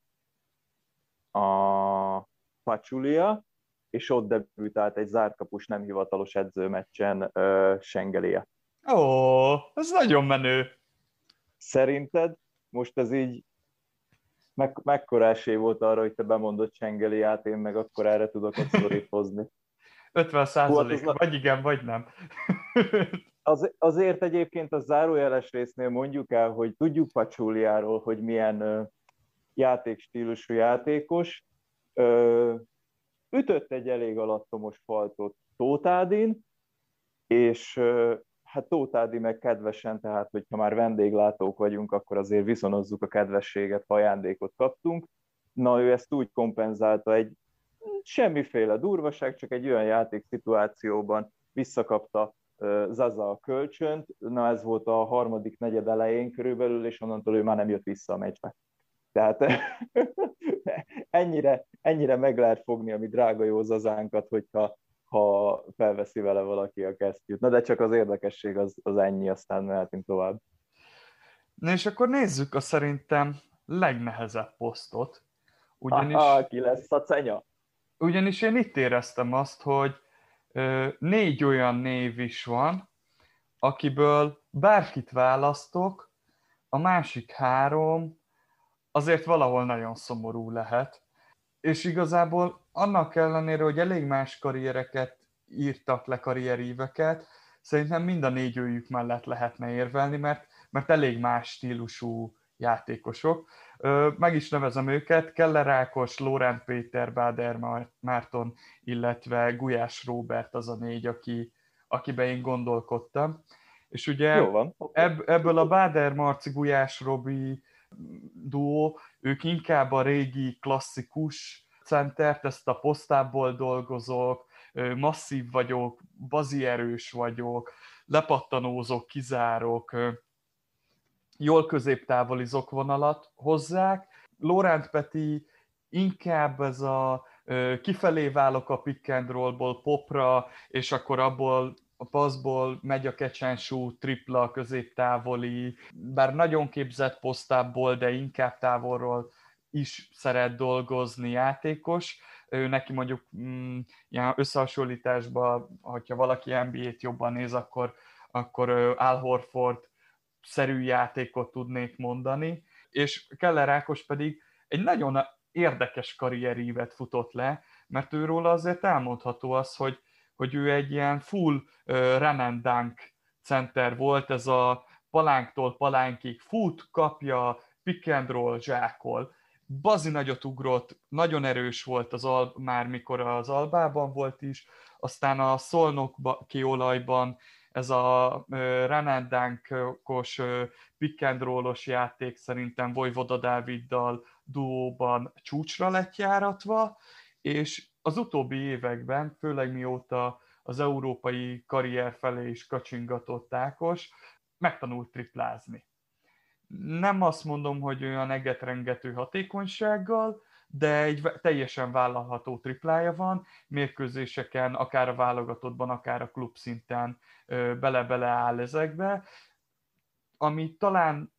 a Pachulia, és ott debütált egy zárt kapus nem hivatalos edzőmeccsen uh, Shengelia. Ó, ez nagyon menő. Szerinted most ez így meg, mekkora esély volt arra, hogy te bemondod Shengeliát, én meg akkor erre tudok egy sztorit hozni? ötven százalék, Hú, vagy igen, vagy nem. Az, azért egyébként a zárójeles résznél mondjuk el, hogy tudjuk Pachuliáról, hogy milyen ö, játékstílusú játékos. Ö, ütött egy elég alattomos faltot Tóth Ádin, és ö, hát Tóth Ádi meg kedvesen, tehát hogyha már vendéglátók vagyunk, akkor azért viszonozzuk a kedvességet, ha ajándékot kaptunk. Na, ő ezt úgy kompenzálta, egy semmiféle durvaság, csak egy olyan játékszituációban visszakapta Zaza a kölcsönt, na ez volt a harmadik negyed elején körülbelül, és onnantól ő már nem jött vissza a meccsbe. Tehát ennyire, ennyire meg lehet fogni a mi drága jó Zazánkat, hogyha ha felveszi vele valaki a kesztyűt. Na de csak az érdekesség az, az ennyi, aztán mehetünk tovább. Na és akkor nézzük a szerintem legnehezebb posztot. Ugyanis, Aha, ki lesz a cenya? Ugyanis én itt éreztem azt, hogy négy olyan név is van, akiből bárkit választok, a másik három azért valahol nagyon szomorú lehet. És igazából annak ellenére, hogy elég más karriereket írtak le, karrieríveket, szerintem mind a négy őjük mellett lehetne érvelni, mert, mert elég más stílusú játékosok. Meg is nevezem őket, Keller Ákos, Lórend Péter, Báder Márton, illetve Gulyás Róbert az a négy, aki, akiben én gondolkodtam. És ugye Jó van. ebb, ebből a Báder Marci Gulyás Robi duó, ők inkább a régi klasszikus centert, ezt a posztából dolgozok, masszív vagyok, bazierős vagyok, lepattanózok, kizárok, jól középtávoli zokvonalat hozzák. Laurent Petit inkább ez a kifelé válok a pick and rollból popra, és akkor abból a passzból megy a catch and shoot, tripla, középtávoli, bár nagyon képzett posztából, de inkább távolról is szeret dolgozni játékos. Ő neki mondjuk mm, ilyen összehasonlításban, hogyha valaki en bé á-t jobban néz, akkor, akkor Al Horford szerű játékot tudnék mondani, és Keller Ákos pedig egy nagyon érdekes karrierívet futott le, mert őróla azért elmondható az, hogy, hogy ő egy ilyen full uh, run and dunk center volt, ez a palánktól palánkig fut, kapja, pick and roll, zsákol. Bazi nagyot ugrott, nagyon erős volt az al- már mikor az Albában volt is, aztán a Szolnoki olajban ez a run and dunk-os, pick and roll-os játék szerintem Vojvoda Dáviddal duóban csúcsra lett járatva, és az utóbbi években, főleg mióta az európai karrier felé is kacsingatott Ákos, megtanult triplázni. Nem azt mondom, hogy olyan egetrengető hatékonysággal, de egy teljesen vállalható triplája van, mérkőzéseken, akár a válogatottban, akár a klub szinten bele-bele áll ezekbe, ami talán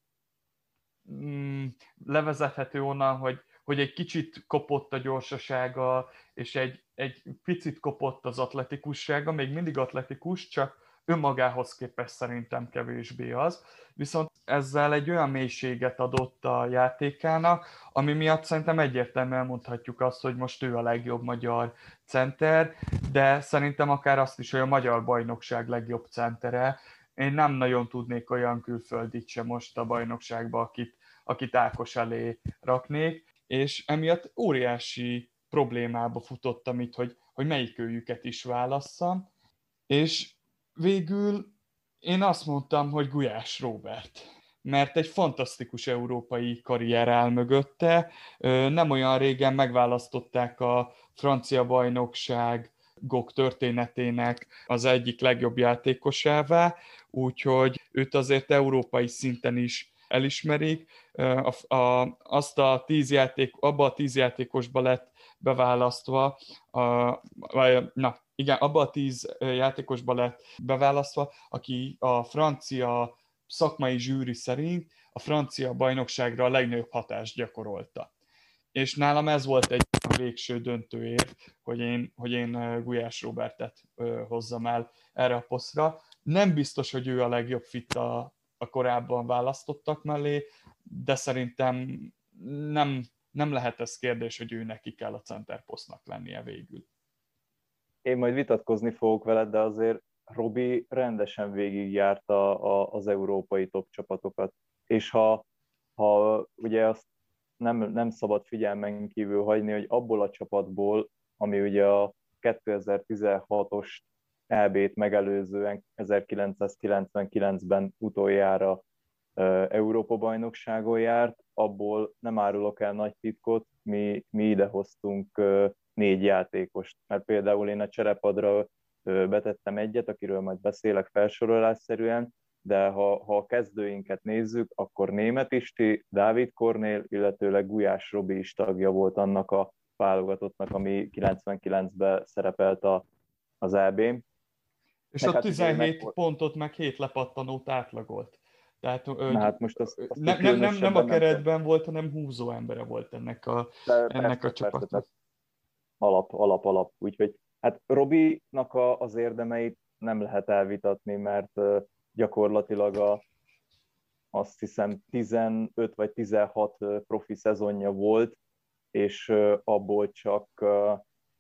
mm, levezethető onnan, hogy, hogy egy kicsit kopott a gyorsasága, és egy, egy picit kopott az atletikussága, még mindig atletikus, csak önmagához képest szerintem kevésbé az, viszont ezzel egy olyan mélységet adott a játékának, ami miatt szerintem egyértelműen mondhatjuk azt, hogy most ő a legjobb magyar center, de szerintem akár azt is, hogy a magyar bajnokság legjobb centere. Én nem nagyon tudnék olyan külföldit sem most a bajnokságba, akit, akit Ákos elé raknék, és emiatt óriási problémába futottam itt, hogy, hogy melyik őjüket is válasszam, és végül én azt mondtam, hogy Gulyás Róbert, mert egy fantasztikus európai karrier áll mögötte. Nem olyan régen megválasztották a francia bajnokságok történetének az egyik legjobb játékosává, úgyhogy őt azért európai szinten is elismerik. A, a, azt a tíz játék, abba a tíz játékosba lett beválasztva, a, vagy, na, igen, abba a tíz játékosba lett beválasztva, aki a francia szakmai zsűri szerint a francia bajnokságra a legnagyobb hatást gyakorolta. És nálam ez volt egy végső döntőérv, hogy én, hogy én Gulyás Róbertet hozzam el erre a posztra. Nem biztos, hogy ő a legjobb fit a, a korábban választottak mellé, de szerintem nem, nem lehet ez kérdés, hogy ő neki kell a center posztnak lennie végül. Én majd vitatkozni fogok veled, de azért Robi rendesen végigjárta a, az európai top csapatokat. És ha, ha ugye azt nem, nem szabad figyelmen kívül hagyni, hogy abból a csapatból, ami ugye a kétezer-tizenhatos é bé-t megelőzően ezerkilencszázkilencvenkilencben utoljára uh, Európa-bajnokságon járt, abból nem árulok el nagy titkot, mi, mi idehoztunk uh, négy játékost, mert például én a cserepadra betettem egyet, akiről majd beszélek felsorolásszerűen, de ha, ha a kezdőinket nézzük, akkor Németh Isti, Dávid Kornél, illetőleg Gulyás Robi is tagja volt annak a válogatottnak, ami kilencvenkilencben szerepelt a, az é bén. És meg a hát tizenhét meg... pontot meg hét lepattanót átlagolt. Tehát, Na, hát most azt, azt nem, nem, nem, nem a keretben nem volt, hanem húzó embere volt ennek a, ennek persze, a csapatnak. Persze, alap, alap, alap. Úgyhogy hát Robinak a, az érdemeit nem lehet elvitatni, mert uh, gyakorlatilag a, azt hiszem tizenöt vagy tizenhat uh, profi szezonja volt, és uh, abból csak uh,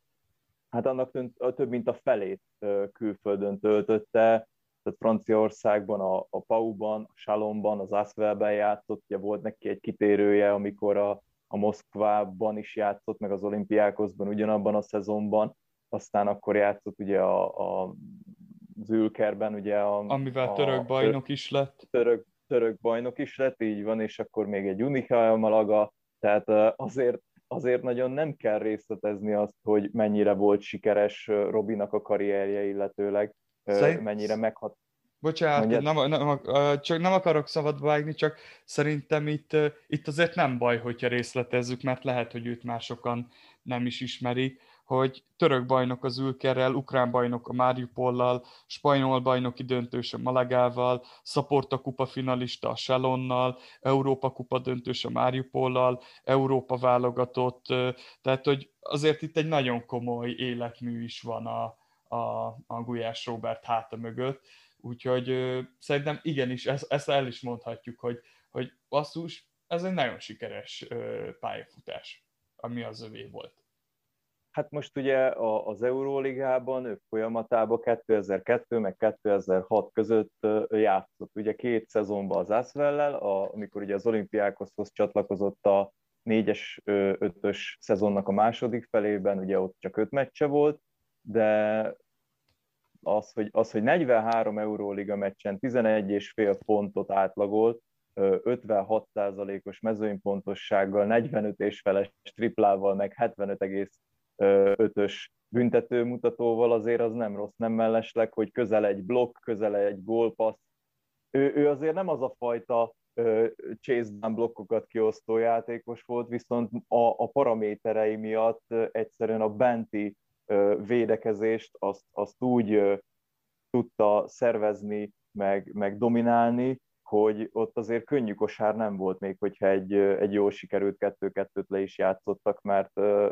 hát annak tönt, több mint a felét uh, külföldön töltötte, tehát Franciaországban, a, a Pau-ban, a Chalonban, az Asvelben játszott, ugye volt neki egy kitérője, amikor a a Moszkvában is játszott, meg az Olimpiákoszban ugyanabban a szezonban, aztán akkor játszott ugye a, a Zülkerben, ugye a... Amivel a, török bajnok is lett. Török, török bajnok is lett, így van, és akkor még egy Unicaja Malaga, tehát azért, azért nagyon nem kell részletezni azt, hogy mennyire volt sikeres Robinak a karrierje, illetőleg Szerint... mennyire meghat... Bocsánat, nem, nem, csak nem akarok szabadba vágni, csak szerintem itt, itt azért nem baj, hogyha részletezzük, mert lehet, hogy őt másokan nem is ismerik, hogy török bajnok az Ülkerrel, ukrán bajnok a Mariupollal, spanyol bajnoki döntős a Malagával, Szaporta kupa finalista a Chalonnal, Európa kupa döntős a Mariupollal, Európa válogatott, tehát hogy azért itt egy nagyon komoly életmű is van a, a, a Gulyás Róbert háta mögött. Úgyhogy ö, szerintem igenis, ezt, ezt el is mondhatjuk, hogy, hogy basszus, ez egy nagyon sikeres ö, pályafutás, ami az övé volt. Hát most ugye az Euróligában ő folyamatában kétezer-kettő meg kétezer-hat között játszott. Ugye két szezonban az Asvellel, amikor ugye az Olympiákoshoz csatlakozott a négyes, ötös szezonnak a második felében, ugye ott csak öt meccse volt, de az, hogy, az, hogy negyvenhárom Euróliga meccsen tizenegy és fél pontot átlagolt, ötvenhat százalékos mezőnypontossággal, negyvenöt és feles triplával, meg hetvenöt egész ötös büntetőmutatóval, azért az nem rossz, nem mellesleg, hogy közel egy blokk, közel egy gólpassz. Ő, ő azért nem az a fajta chase down blokkokat kiosztó játékos volt, viszont a, a paraméterei miatt egyszerűen a benti védekezést azt, azt úgy tudta szervezni, meg, meg dominálni, hogy ott azért könnyű kosár nem volt, még hogyha egy, egy jól sikerült kettő-kettőt le is játszottak, mert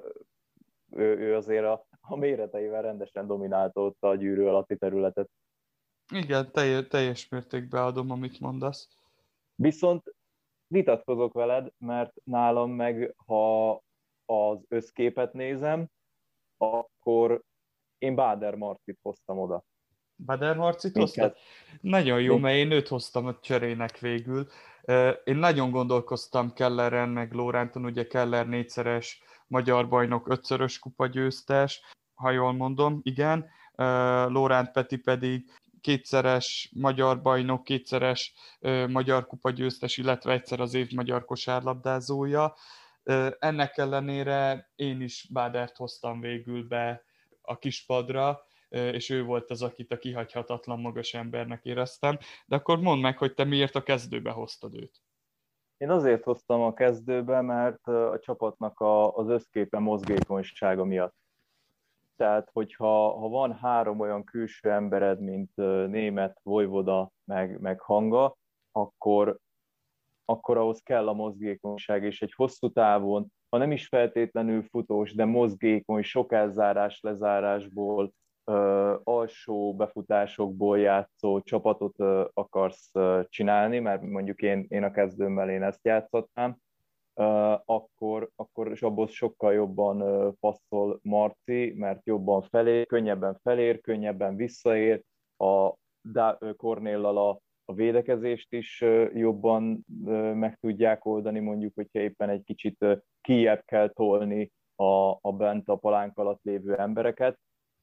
ő, ő azért a, a méreteivel rendesen dominálta ott a gyűrű alatti területet. Igen, teljes, teljes mértékben adom, amit mondasz. Viszont vitatkozok veled, mert nálam meg, ha az összképet nézem, akkor én Báder Marcit hoztam oda. Báder Marcit hoztad? Nagyon jó, mert én őt hoztam a cserének végül. Én nagyon gondolkoztam Kelleren, meg Lóránton, ugye Keller négyszeres magyar bajnok, ötszörös kupagyőztes, ha jól mondom, igen. Lóránt Peti pedig kétszeres magyar bajnok, kétszeres magyar kupagyőztes, illetve egyszer az év magyar kosárlabdázója. Ennek ellenére én is Bádert hoztam végül be a kispadra, és ő volt az, akit a kihagyhatatlan magas embernek éreztem. De akkor mondd meg, hogy te miért a kezdőbe hoztad őt. Én azért hoztam a kezdőbe, mert a csapatnak a, az összképe mozgékonysága miatt. Tehát, hogyha ha van három olyan külső embered, mint Német, Vojvoda, meg, meg Hanga, akkor, akkor ahhoz kell a mozgékonyság, és egy hosszú távon, ha nem is feltétlenül futós, de mozgékony, sok elzárás, lezárásból, Uh, alsó befutásokból játszó csapatot uh, akarsz uh, csinálni, mert mondjuk én, én a kezdőmmel én ezt játszottam, uh, akkor, akkor és abból sokkal jobban uh, passzol Marci, mert jobban felér, könnyebben felér, könnyebben visszaér, a Kornéllal a, a védekezést is uh, jobban uh, meg tudják oldani, mondjuk, hogyha éppen egy kicsit uh, kijebb kell tolni a, a bent a palánk alatt lévő embereket.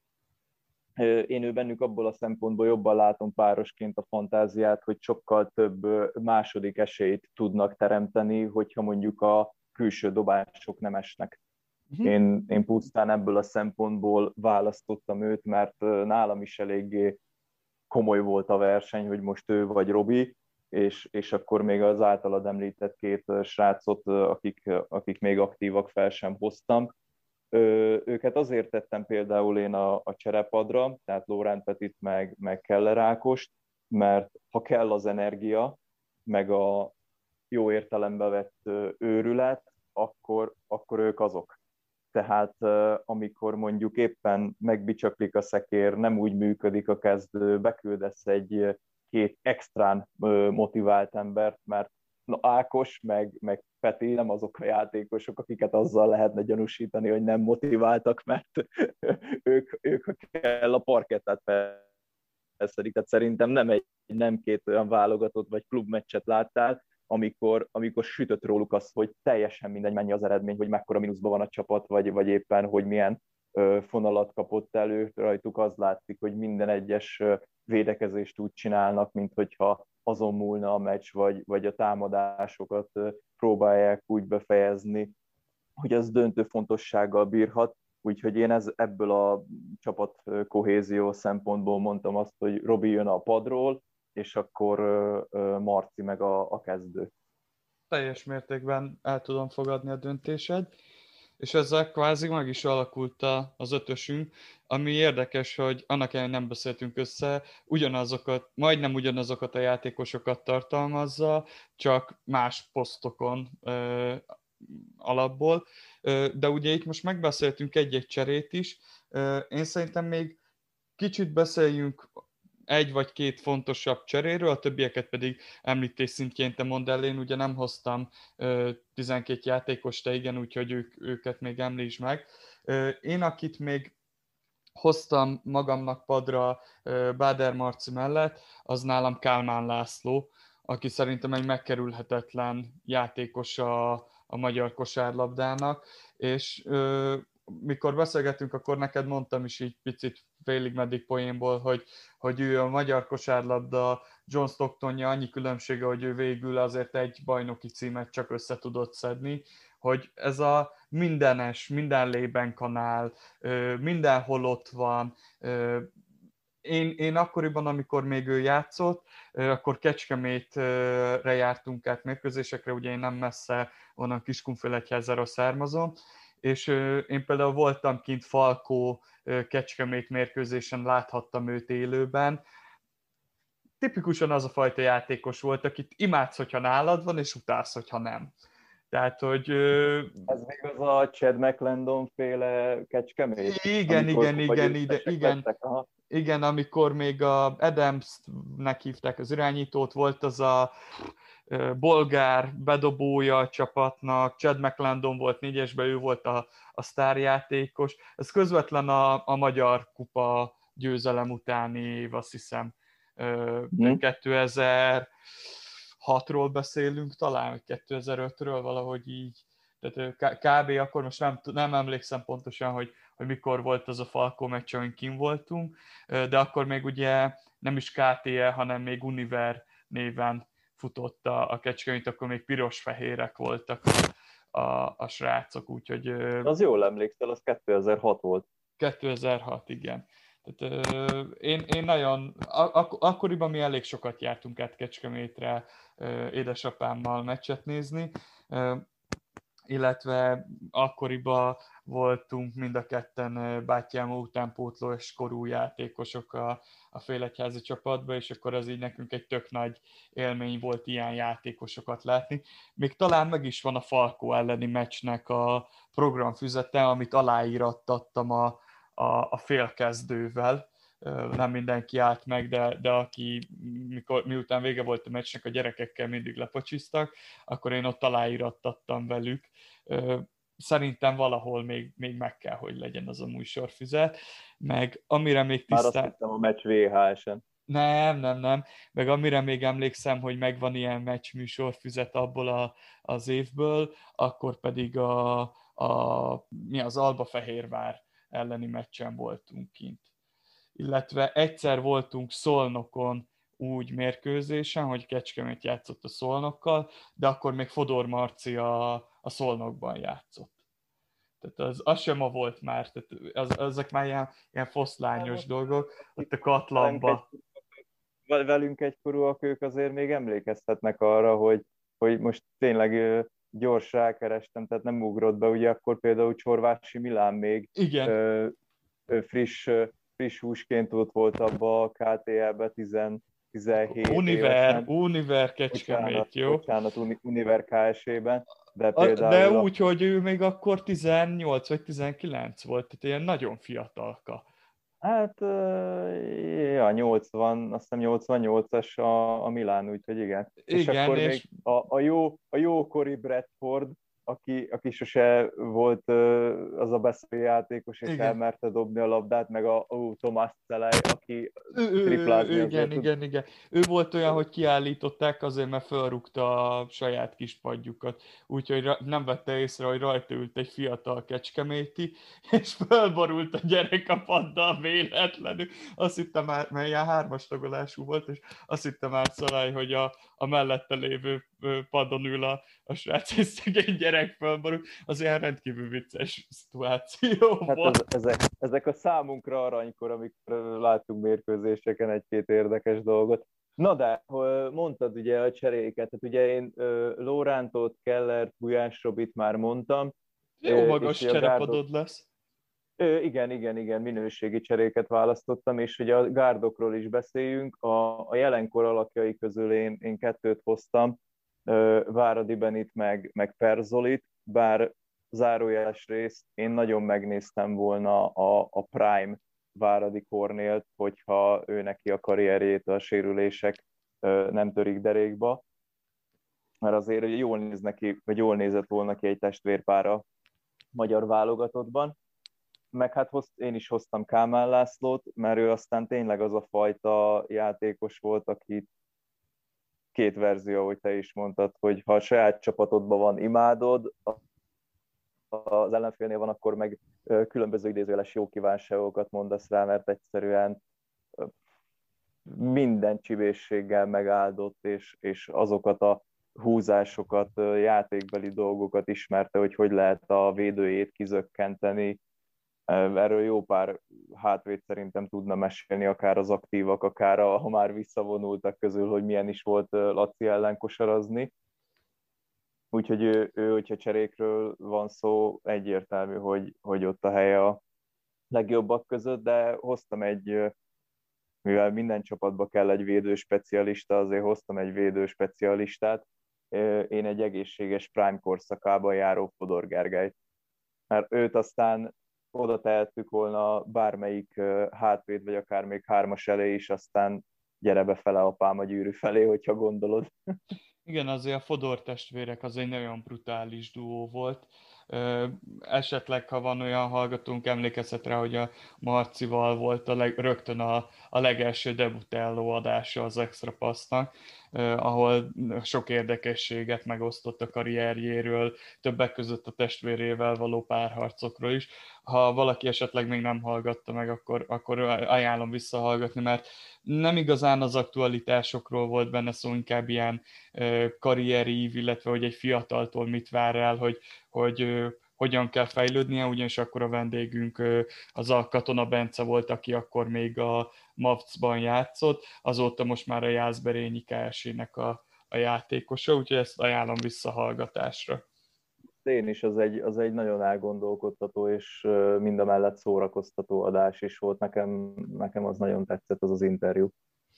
Én ő bennük abból a szempontból jobban látom párosként a fantáziát, hogy sokkal több második esélyt tudnak teremteni, hogyha mondjuk a külső dobások nem esnek. Uh-huh. Én, én pusztán ebből a szempontból választottam őt, mert nálam is eléggé komoly volt a verseny, hogy most ő vagy Robi, és, és akkor még az általad említett két srácot, akik, akik még aktívak, fel sem hoztam. Ö, őket azért tettem például én a, a cserepadra, tehát Lóránt Petit meg, meg Keller Ákost, mert ha kell az energia, meg a jó értelembe vett őrület, akkor, akkor ők azok. Tehát amikor mondjuk éppen megbicsaklik a szekér, nem úgy működik a kezdő, beküldesz egy két extrán motivált embert, mert na, Ákos meg, meg Peti nem azok a játékosok, akiket azzal lehetne gyanúsítani, hogy nem motiváltak, mert ők, ők ha kell a parkettát feszedik. Tehát szerintem nem egy, nem két olyan válogatott vagy klubmeccset láttál, amikor, amikor sütött róluk az, hogy teljesen mindegy, mennyi az eredmény, hogy mekkora mínuszban van a csapat, vagy, vagy éppen, hogy milyen ö, fonalat kapott elő. Rajtuk az látszik, hogy minden egyes ö, védekezést úgy csinálnak, mint hogyha azon múlna a meccs, vagy, vagy a támadásokat ö, próbálják úgy befejezni, hogy ez döntő fontossággal bírhat, úgyhogy én ez, ebből a csapat kohézió szempontból mondtam azt, hogy Robi jön a padról, és akkor Marci meg a, a kezdő. Teljes mértékben el tudom fogadni a döntésed, és ezzel kvázi meg is alakult az ötösünk, ami érdekes, hogy annak ellenére nem beszéltünk össze, ugyanazokat, majdnem ugyanazokat a játékosokat tartalmazza, csak más posztokon ö, alapból, ö, de ugye itt most megbeszéltünk egy-egy cserét is, ö, én szerintem még kicsit beszéljünk egy vagy két fontosabb cseréről, a többieket pedig említés szintjén te mondd el, én ugye nem hoztam ö, tizenkét játékos, te igen, úgyhogy ők, őket még említsd meg. Ö, én, akit még hoztam magamnak padra ö, Báder Marci mellett, az nálam Kálmán László, aki szerintem egy megkerülhetetlen játékos a, a magyar kosárlabdának, és ö, mikor beszélgetünk, akkor neked mondtam is így picit félig meddig poénból, hogy, hogy ő a magyar kosárlabda John Stocktonja, annyi különbsége, hogy ő végül azért egy bajnoki címet csak össze tudott szedni, hogy ez a mindenes, minden lében kanál, mindenhol ott van. Én, én akkoriban, amikor még ő játszott, akkor Kecskemétre jártunk át mérkőzésekre, ugye én nem messze onnan Kiskunfélegyházról származom, és én például voltam kint Falkó Kecskemét mérkőzésen, láthattam őt élőben. Tipikusan az a fajta játékos volt, akit imádsz, hogyha nálad van, és utálsz, hogyha nem. Tehát, hogy... Ez még az a Chad McLendon féle Kecskemét? Igen, igen, igen, ide, igen, igen, amikor még a Adams-nek hívták az irányítót, volt az a bolgár bedobója a csapatnak, Chad McLendon volt négyesben, ő volt a, a sztárjátékos. Ez közvetlen a, a magyar kupa győzelem utáni év, azt hiszem. Hmm. kétezer-hatról beszélünk talán, vagy kétezer-ötről, valahogy így. Tehát kb. Akkor most nem, nem emlékszem pontosan, hogy, hogy mikor volt az a Falkó meccs, amin kint voltunk, de akkor még ugye nem is ká té e, hanem még Univer néven futott a, a Kecskemét, akkor még piros-fehérek voltak a, a, a srácok, úgyhogy... Az jól emlékszel, az kétezer-hat volt. kétezer-hat, igen. Tehát, én, én nagyon... Ak- akkoriban mi elég sokat jártunk át Kecskemétre édesapámmal meccset nézni, illetve akkoriban voltunk mind a ketten bátyám utánpótlós korú játékosok a, a Félegyházi csapatban, és akkor az így nekünk egy tök nagy élmény volt ilyen játékosokat látni. Még talán meg is van a Falkó elleni meccsnek a programfüzete, amit aláírattattam a, a, a félkezdővel. Nem mindenki állt meg, de, de aki mikor, miután vége volt a meccsnek, a gyerekekkel mindig lepocsisztak, akkor én ott aláírattattam velük. Szerintem valahol még, még meg kell, hogy legyen az a műsorfüzet, meg amire még tisztán... Már azt hittem a meccs vé há esen. Nem, nem, nem. Meg amire még emlékszem, hogy megvan ilyen meccs műsorfüzet abból a, az évből, akkor pedig a, a, mi az Albafehérvár elleni meccsen voltunk kint. Illetve egyszer voltunk Szolnokon úgy mérkőzésen, hogy Kecskemét játszott a Szolnokkal, de akkor még Fodor Marci a, a Szolnokban játszott. Tehát az, az sem ma volt már, tehát az, azok már ilyen, ilyen foszlányos dolgok, ott a Katlanba. Velünk egykorúak, ők azért még emlékeztetnek arra, hogy, hogy most tényleg gyors rákerestem, tehát nem ugrott be, ugye akkor például Csorvási Milán még igen. Ö, ö, friss friss húsként ott volt abba a ká té é-be tizenhét Univer, évesen. Univer Kecskemét, jó? Bocsánat, Univer ká es é-ben. De, de úgy, a... hogy ő még akkor tizennyolc vagy tizenkilenc volt, tehát ilyen nagyon fiatalka. Hát, ja, nyolcvan, azt hiszem nyolcvannyolcas a, a Milán, úgyhogy igen. igen. És akkor és... még a, a, jó, a jókori Bradford, aki, aki sose volt az a beszélő játékos, és igen. elmerte dobni a labdát, meg a, a Tomás Szelej, aki triplázni ő, igen, igen, tud. igen. Ő volt olyan, hogy kiállították azért, mert felrúgta a saját kis padjukat. Úgyhogy nem vette észre, hogy rajta ült egy fiatal kecskeméti, és felborult a gyerek a paddal véletlenül. Azt hittem már, mert ilyen hármas tagolású volt, és azt hittem már Szelej, hogy a, a mellette lévő padon ül a, a srác, és szegény gyerek fölborul, az ilyen rendkívül vicces szituáció Hát volt. ez, ezek, ezek a számunkra aranykor, amikor láttunk mérkőzéseken egy-két érdekes dolgot. Na de, mondtad ugye a cseréket, tehát ugye én Lórántot, Kellert, Gulyás Robit már mondtam. Jó És magas a gárdok, cserepadod lesz. igen, igen, igen, minőségi cseréket választottam, és ugye a gárdokról is beszéljünk. A, a jelenkor alakjai közül én, én kettőt hoztam, Váradi Benit meg, meg Perzolit, bár zárójeles rész, én nagyon megnéztem volna a, a Prime Váradi Kornélt, hogyha ő neki a karrierjét a sérülések nem törik derékba, mert azért jól néz neki, vagy jól nézett volna ki egy testvérpára magyar válogatottban. Meg hát hoz, én is hoztam Kálmán Lászlót, mert ő aztán tényleg az a fajta játékos volt, aki két verzió, ahogy te is mondtad, hogy ha a saját csapatodban van, imádod, az ellenfélnél van, akkor meg különböző idézőjeles jó kívánságokat mondasz rá, mert egyszerűen minden csibészséggel megáldott, és, és azokat a húzásokat, játékbeli dolgokat ismerte, hogy hogy lehet a védőjét kizökkenteni. Erről jó pár hátvéd szerintem tudna mesélni, akár az aktívak, akár a, ha már visszavonultak közül, hogy milyen is volt Laci ellen kosarazni. Úgyhogy ő, ő, hogyha cserékről van szó, egyértelmű, hogy, hogy ott a helye a legjobbak között, de hoztam egy, mivel minden csapatba kell egy védőspecialista, azért hoztam egy védőspecialistát. Én egy egészséges prime korszakában járó Fodor Gergelyt. Mert őt aztán oda tehettük volna bármelyik hátvéd, vagy akár még hármas elé is, aztán gyere befele apám a gyűrű felé, hogyha gondolod. Igen, azért a Fodor testvérek az egy nagyon brutális duó volt. Ö, esetleg, ha van olyan hallgatónk, emlékezhet rá, hogy a Marcival volt a leg, rögtön a, a legelső debutáló adása az Extra Passznak, eh, ahol sok érdekességet megosztott a karrierjéről, többek között a testvérével való párharcokról is. Ha valaki esetleg még nem hallgatta meg, akkor, akkor ajánlom visszahallgatni, mert nem igazán az aktualitásokról volt benne szó, inkább ilyen eh, karrierív, illetve hogy egy fiataltól mit vár el, hogy, hogy eh, hogyan kell fejlődnie, ugyanis akkor a vendégünk az a Katona Bence volt, aki akkor még a Mavcban játszott, azóta most már a Jászberényi ká es é-nek a, a játékosa, úgyhogy ezt ajánlom visszahallgatásra. Én is, az egy, az egy nagyon elgondolkodtató és mindamellett szórakoztató adás is volt. Nekem, nekem az nagyon tetszett, az az interjú.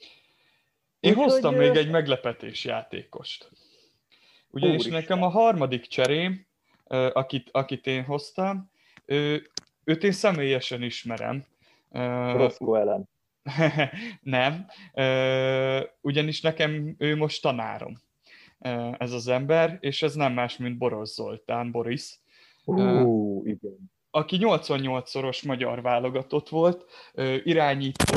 Én Úgy, hoztam hogy... még egy meglepetés játékost. Ugyanis Úristen. Nekem a harmadik cserém, akit, akit én hoztam, őt én személyesen ismerem. Roscoe ellen. Nem, ugyanis nekem ő most tanárom, ez az ember, és ez nem más, mint Boros Zoltán, Boris. Uh, igen. Aki nyolcvannyolc-szoros magyar válogatott volt, irányító,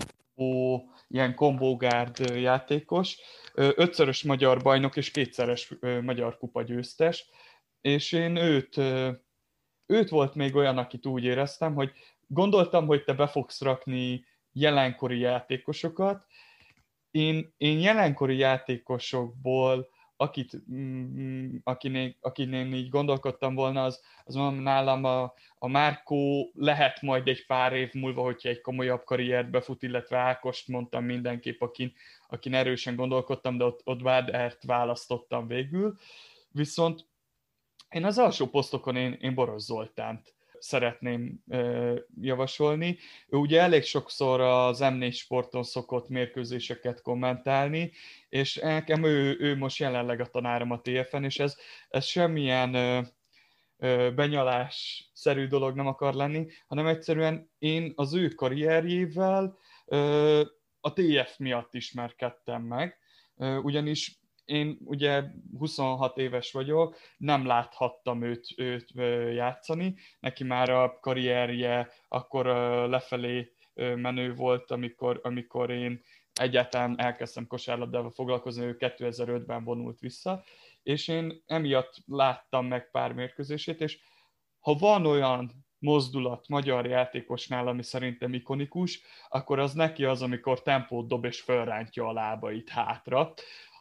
ilyen kombógárd játékos, ötszörös magyar bajnok és kétszeres magyar kupa győztes, és én őt, őt volt még olyan, akit úgy éreztem, hogy gondoltam, hogy te be fogsz rakni jelenkori játékosokat. Én, én jelenkori játékosokból, akit, akinél, akinél így gondolkodtam volna, az, az nálam a, a Márkó lehet majd egy pár év múlva, hogyha egy komolyabb karriert befut, illetve Ákost mondtam mindenképp, akin, akin erősen gondolkodtam, de ott, ott Vádert választottam végül. Viszont én az alsó posztokon én, én Boros Zoltánt szeretném ö, javasolni. Ő ugye elég sokszor az em négy Sporton szokott mérkőzéseket kommentálni, és nekem ő, ő most jelenleg a tanárom a té ef en, és ez, ez semmilyen ö, ö, benyalásszerű dolog nem akar lenni, hanem egyszerűen én az ő karrierjével ö, a té ef miatt ismerkedtem meg, ö, ugyanis én ugye huszonhat éves vagyok, nem láthattam őt, őt játszani, neki már a karrierje akkor lefelé menő volt, amikor, amikor én egyáltalán elkezdtem kosárlabdával foglalkozni, ő kétezer-ötben vonult vissza, és én emiatt láttam meg pár mérkőzését, és ha van olyan mozdulat magyar játékosnál, ami szerintem ikonikus, akkor az neki az, amikor tempót dob és felrántja a lábait hátra.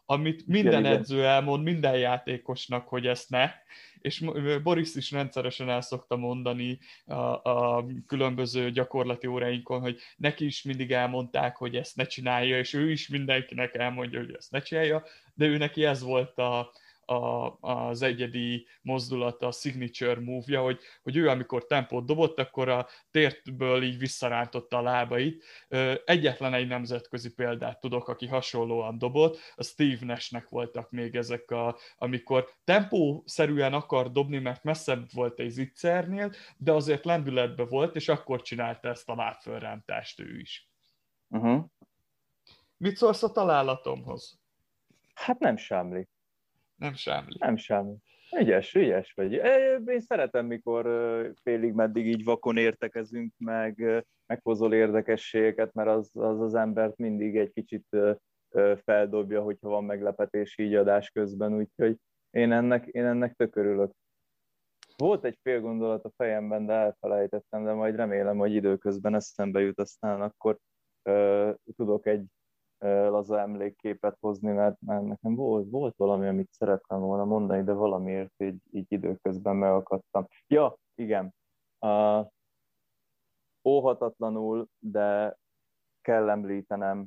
amit minden igen, edző igen. elmond minden játékosnak, hogy ezt ne, és Boris is rendszeresen el szokta mondani a, a különböző gyakorlati óráinkon, hogy neki is mindig elmondták, hogy ezt ne csinálja, és ő is mindenkinek elmondja, hogy ezt ne csinálja, de ő neki ez volt a, a, az egyedi mozdulata, a signature move-ja, hogy, hogy ő amikor tempót dobott, akkor a tértből így visszarántotta a lábait. Egyetlen egy nemzetközi példát tudok, aki hasonlóan dobott, a Steve Nashnek voltak még ezek, a, amikor tempószerűen akar dobni, mert messzebb volt egy zicsernél, de azért lendületben volt, és akkor csinálta ezt a lábfölrántást ő is. Uh-huh. Mit szólsz a találatomhoz? Hát nem sámli. Nem sámli. Nem semmi. Ügyes, ügyes vagy. Én szeretem, mikor félig meddig így vakon értekezünk, meg meghozol érdekességeket, mert az, az az embert mindig egy kicsit feldobja, hogyha van meglepetés így adás közben, úgyhogy én ennek, én ennek tök örülök. Volt egy fél gondolat a fejemben, de elfelejtettem, de majd remélem, hogy időközben eszembe jut, aztán akkor uh, tudok egy laza emlékképet hozni, mert, mert nekem volt, volt valami, amit szerettem volna mondani, de valamiért így, így időközben megakadtam. Ja, igen. Uh, óhatatlanul, de kell említenem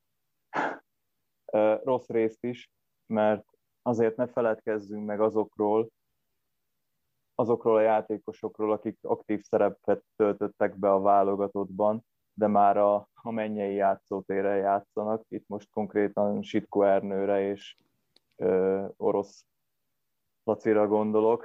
uh, rossz részt is, mert azért ne feledkezzünk meg azokról, azokról a játékosokról, akik aktív szerepet töltöttek be a válogatottban, de már a, a mennyei játszótéren játszanak. Itt most konkrétan Sitko Ernőre és ö, Orosz Lacira gondolok.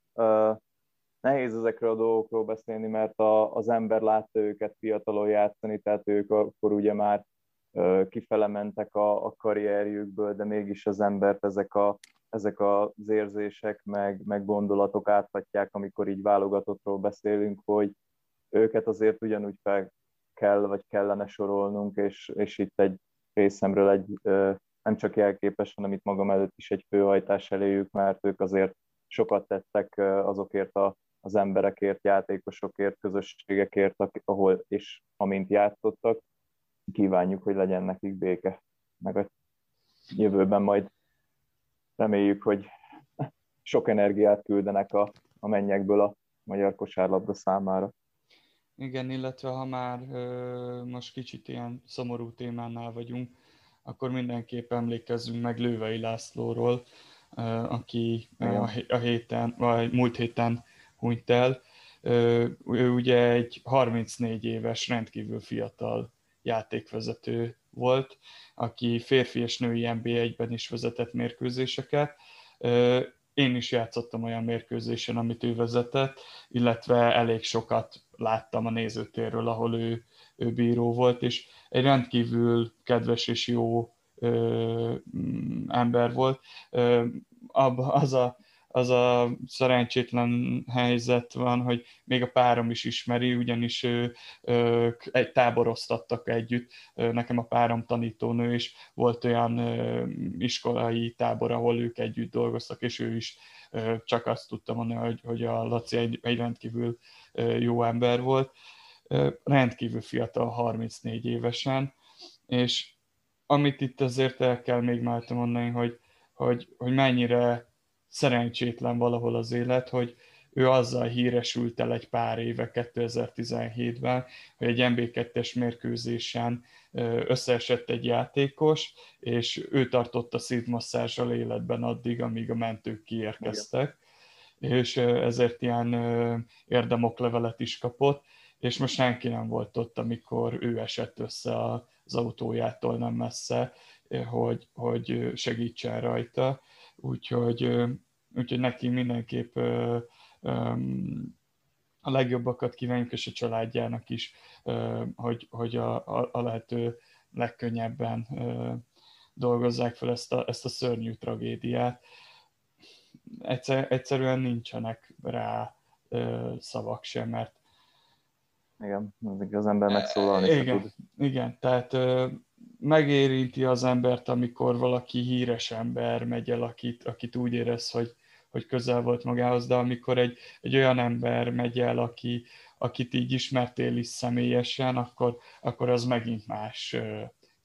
Ö, nehéz ezekről a dolgokról beszélni, mert a, az ember látta őket fiatalon játszani, tehát ők akkor ugye már ö, kifele mentek a, a karrierjükből, de mégis az embert ezek, a, ezek az érzések meg, meg gondolatok áthatják, amikor így válogatottról beszélünk, hogy őket azért ugyanúgy fel kell, vagy kellene sorolnunk, és, és itt egy részemről egy ö, nem csak jelképes, hanem itt magam előtt is egy főhajtás eléjük, mert ők azért sokat tettek azokért a, az emberekért, játékosokért, közösségekért, ahol és amint játszottak. Kívánjuk, hogy legyen nekik béke. Meg a jövőben majd reméljük, hogy sok energiát küldenek a, a mennyekből a magyar kosárlabda számára. Igen, illetve ha már ö, most kicsit ilyen szomorú témánál vagyunk, akkor mindenképp emlékezzünk meg Lővei Lászlóról, ö, aki a, a héten, vagy múlt héten hunyt el. Ö, ő ugye egy harmincnégy éves, rendkívül fiatal játékvezető volt, aki férfi és női en bé egyben is vezetett mérkőzéseket. Ö, Én is játszottam olyan mérkőzésen, amit ő vezetett, illetve elég sokat láttam a nézőtérről, ahol ő, ő bíró volt, és egy rendkívül kedves és jó ö, ember volt. Ö, az, a, az a szerencsétlen helyzet van, hogy még a párom is ismeri, ugyanis ő, ők egy táboroztattak együtt. Nekem a párom tanítónő, és volt olyan ö, iskolai tábor, ahol ők együtt dolgoztak, és ő is ö, csak azt tudta mondani, hogy, hogy a Laci egy, egy rendkívül ö, jó ember volt. Ö, rendkívül fiatal, harmincnégy évesen, és amit itt azért el kell még már mondani, hogy, hogy, hogy mennyire szerencsétlen valahol az élet, hogy ő azzal híresült el egy pár éve, kétezer-tizenhétben, hogy egy en bé kettes mérkőzésen összeesett egy játékos, és ő tartotta szívmasszázsal életben addig, amíg a mentők kiérkeztek, igen. És ezért ilyen érdemoklevelet is kapott, és most senki nem volt ott, amikor ő esett össze az autójától nem messze, hogy, hogy segítsen rajta. Úgyhogy, úgyhogy neki mindenképp a legjobbakat kívánjuk, és a családjának is, hogy, hogy a, a, a lehető legkönnyebben dolgozzák fel ezt a, ezt a szörnyű tragédiát. Egyszer, egyszerűen nincsenek rá szavak sem, mert igen, az ember megszólalni igen, tud. Igen, tehát megérinti az embert, amikor valaki híres ember megy el, akit, akit úgy érez, hogy, hogy közel volt magához, de amikor egy, egy olyan ember megy el, aki, akit így ismertél is személyesen, akkor, akkor az megint más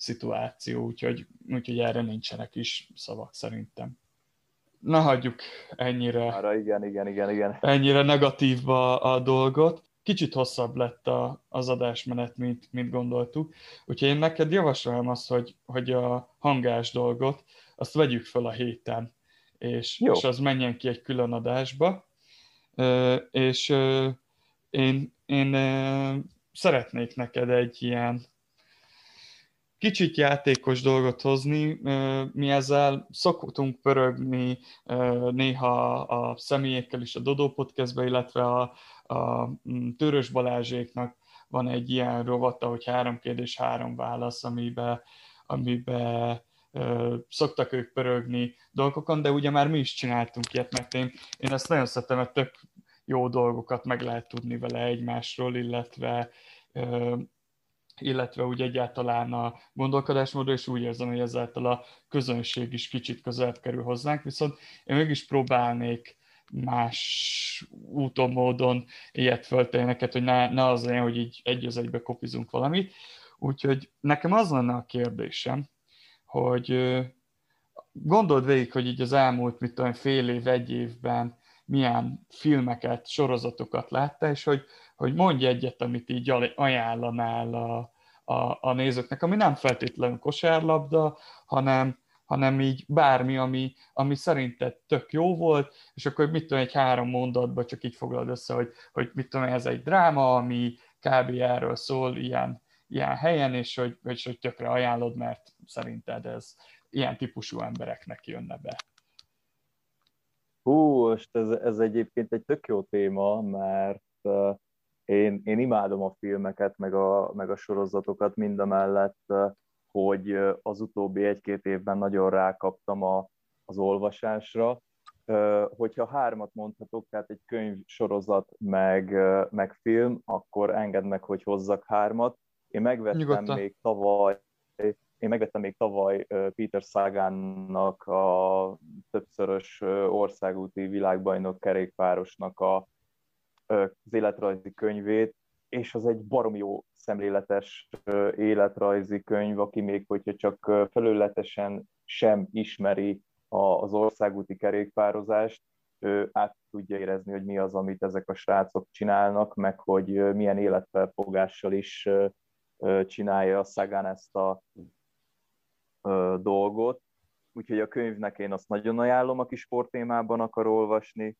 szituáció, úgyhogy, úgyhogy erre nincsenek is szavak szerintem. Na hagyjuk ennyire, Arra, igen, igen, igen, igen. ennyire negatívba a dolgot. Kicsit hosszabb lett a, az adásmenet, mint, mint gondoltuk. Úgyhogy én neked javasolom azt, hogy, hogy a hangás dolgot, azt vegyük fel a héten, és, és az menjen ki egy külön adásba. Ö, és ö, én, én ö, szeretnék neked egy ilyen kicsit játékos dolgot hozni. Mi ezzel szoktunk pörögni néha a személyekkel is a Dodó Podcastbe, illetve a, a Törös Balázséknak van egy ilyen rovata, hogy három kérdés, három válasz, amiben, amiben szoktak ők pörögni dolgokon, de ugye már mi is csináltunk ilyet, mert én, én ezt nagyon szeretem, mert tök jó dolgokat meg lehet tudni vele egymásról, illetve illetve úgy egyáltalán a gondolkodásmódra, és úgy érzem, hogy ezáltal a közönség is kicsit közelebb kerül hozzánk, viszont én mégis próbálnék más úton, módon ilyet föltenni neked, hogy ne, ne az legyen, hogy így egy az egybe kopizunk valamit. Úgyhogy nekem az lenne a kérdésem, hogy gondold végig, hogy így az elmúlt, mit tudom, fél év, egy évben milyen filmeket, sorozatokat láttál, és hogy, hogy mondj egyet, amit így ajánlanál a, a, a nézőknek, ami nem feltétlenül kosárlabda, hanem, hanem így bármi, ami, ami szerinted tök jó volt, és akkor mit tudom, egy három mondatban csak így foglalod össze, hogy, hogy mit tudom, ez egy dráma, ami kb. Erről szól ilyen, ilyen helyen, és hogy, és hogy tökre ajánlod, mert szerinted ez ilyen típusú embereknek jönne be. Hú, most ez, ez egyébként egy tök jó téma, mert uh, én, én imádom a filmeket, meg a, meg a sorozatokat mindamellett, uh, hogy uh, az utóbbi egy-két évben nagyon rákaptam a, az olvasásra. Uh, hogyha hármat mondhatok, tehát egy könyv, sorozat, meg, uh, meg film, akkor engedd meg, hogy hozzak hármat. Én megvettem Nyugodtan. még tavaly Én megvettem még tavaly Peter Sagannak, a többszörös országúti világbajnok kerékpárosnak a, az életrajzi könyvét, és az egy baromi jó szemléletes életrajzi könyv, aki még hogyha csak felületesen sem ismeri az országúti kerékpározást, ő át tudja érezni, hogy mi az, amit ezek a srácok csinálnak, meg hogy milyen életfelfogással is csinálja a Sagan ezt a dolgot, úgyhogy a könyvnek én azt nagyon ajánlom, aki sporttémában akar olvasni.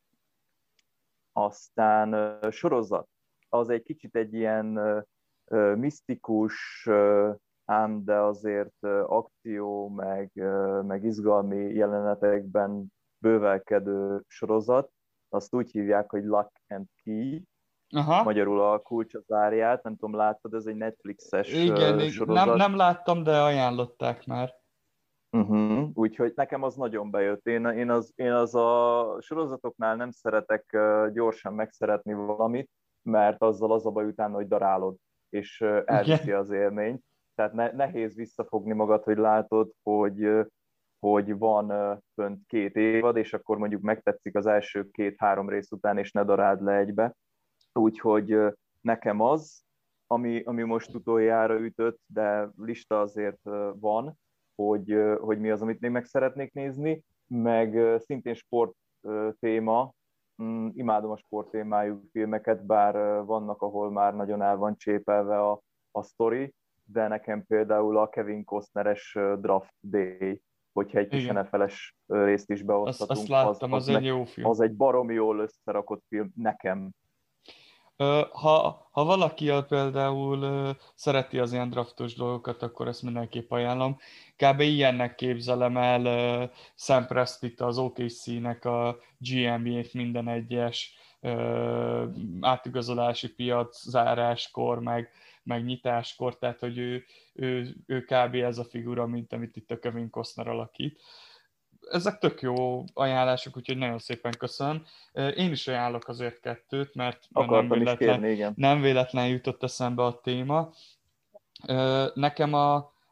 Aztán sorozat, az egy kicsit egy ilyen misztikus, ám de azért akció, meg, meg izgalmi jelenetekben bővelkedő sorozat. Azt úgy hívják, hogy Lock and Key, Aha. Magyarul a kulcs az árját, nem tudom, láttad, ez egy Netflixes Igen, sorozat. nem, nem láttam, de ajánlották már. Uh-huh. Úgyhogy nekem az nagyon bejött. Én, én, az, én az a sorozatoknál nem szeretek uh, gyorsan megszeretni valamit, mert azzal az a baj utána, hogy darálod, és uh, elviszi az élményt. Tehát ne, nehéz visszafogni magad, hogy látod, hogy, uh, hogy van uh, fönt két évad, és akkor mondjuk megtetszik az első két-három rész után, és ne daráld le egybe. Úgyhogy uh, nekem az, ami, ami most utoljára ütött, de lista azért uh, van, Hogy, hogy mi az, amit még meg szeretnék nézni, meg szintén sport téma, imádom a sport témájú filmeket, bár vannak, ahol már nagyon el van csépelve a, a sztori, de nekem például a Kevin Costneres Draft Day, hogyha egy kis en ef el-es részt is beosztatunk, azt, azt láttam, az, az, az egy jó film. Az egy baromi jól összerakott film, nekem. Ha, ha valaki például szereti az ilyen draftos dolgokat, akkor ezt mindenképp ajánlom. Kb. Ilyennek képzelem el Sam Prestit, az o ká cé-nek a gé em bé-t minden egyes átigazolási piac záráskor, meg, meg nyitáskor, tehát hogy ő, ő, ő kb. Ez a figura, mint amit itt a Kevin Costner alakít. Ezek tök jó ajánlások, úgyhogy nagyon szépen köszönöm. Én is ajánlok azért kettőt, mert nem véletlen, kérni, nem véletlen jutott eszembe a téma. Nekem a,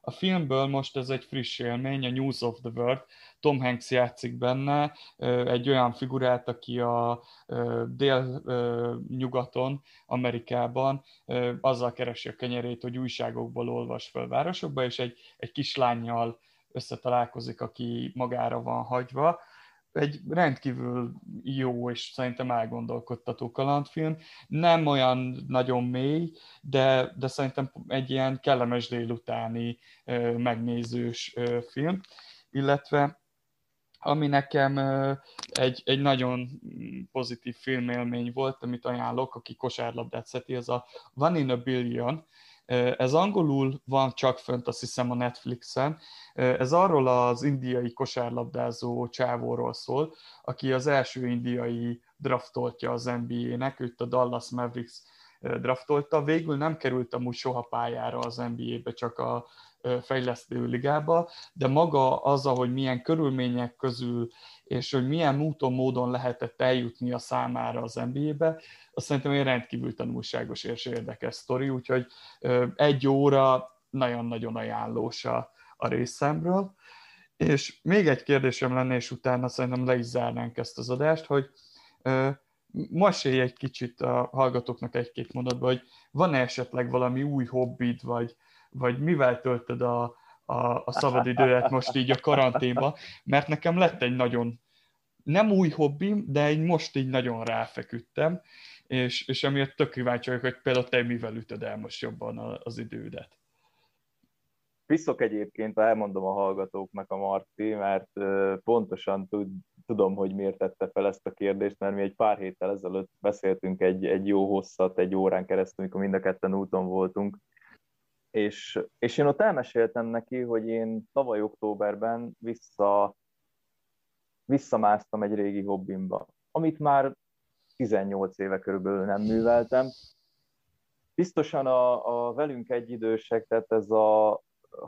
A filmből most ez egy friss élmény, a News of the World. Tom Hanks játszik benne egy olyan figurát, aki a dél-nyugaton, Amerikában azzal keresi a kenyerét, hogy újságokból olvas fel városokba, és egy, egy kislánnyal összetalálkozik, aki magára van hagyva. Egy rendkívül jó és szerintem elgondolkodtató kalandfilm. Nem olyan nagyon mély, de, de szerintem egy ilyen kellemes délutáni megnézős film. Illetve ami nekem egy, egy nagyon pozitív filmélmény volt, amit ajánlok, aki kosárlabdát szeti, ez a One in a Billion. Ez angolul van csak fönt, azt hiszem, a Netflixen. Ez arról az indiai kosárlabdázó csávóról szól, aki az első indiai draftoltja az en bé á-nek, őt a Dallas Mavericks draftolta. Végül nem került amúgy soha pályára az en bé á-be, csak a fejlesztő ligába, de maga az, hogy milyen körülmények közül, és hogy milyen úton, módon lehetett eljutni a számára az en bé á-be, azt szerintem egy rendkívül tanulságos és érdekes sztori, úgyhogy egy óra nagyon-nagyon ajánlós a, a részemről. És még egy kérdésem lenne, és utána szerintem le is zárnánk ezt az adást, hogy mesélj egy kicsit a hallgatóknak egy-két mondatban, hogy van-e esetleg valami új hobbid, vagy vagy mivel töltöd a, a, a szabadidőt most így a karanténba, mert nekem lett egy nagyon, nem új hobbim, de egy most így nagyon ráfeküdtem, és, és emiatt tök kíváncsi vagyok, hogy például te mivel ütöd el most jobban az idődet. Piszok egyébként, elmondom a hallgatóknak a Marci, mert pontosan tud, tudom, hogy miért tette fel ezt a kérdést, mert mi egy pár héttel ezelőtt beszéltünk egy, egy jó hosszat, egy órán keresztül, amikor mind a ketten úton voltunk, És, és én ott elmeséltem neki, hogy én tavaly októberben vissza, visszamásztam egy régi hobbimba, amit már tizennyolc éve körülbelül nem műveltem. Biztosan a, a velünk egyidősek, tehát ez a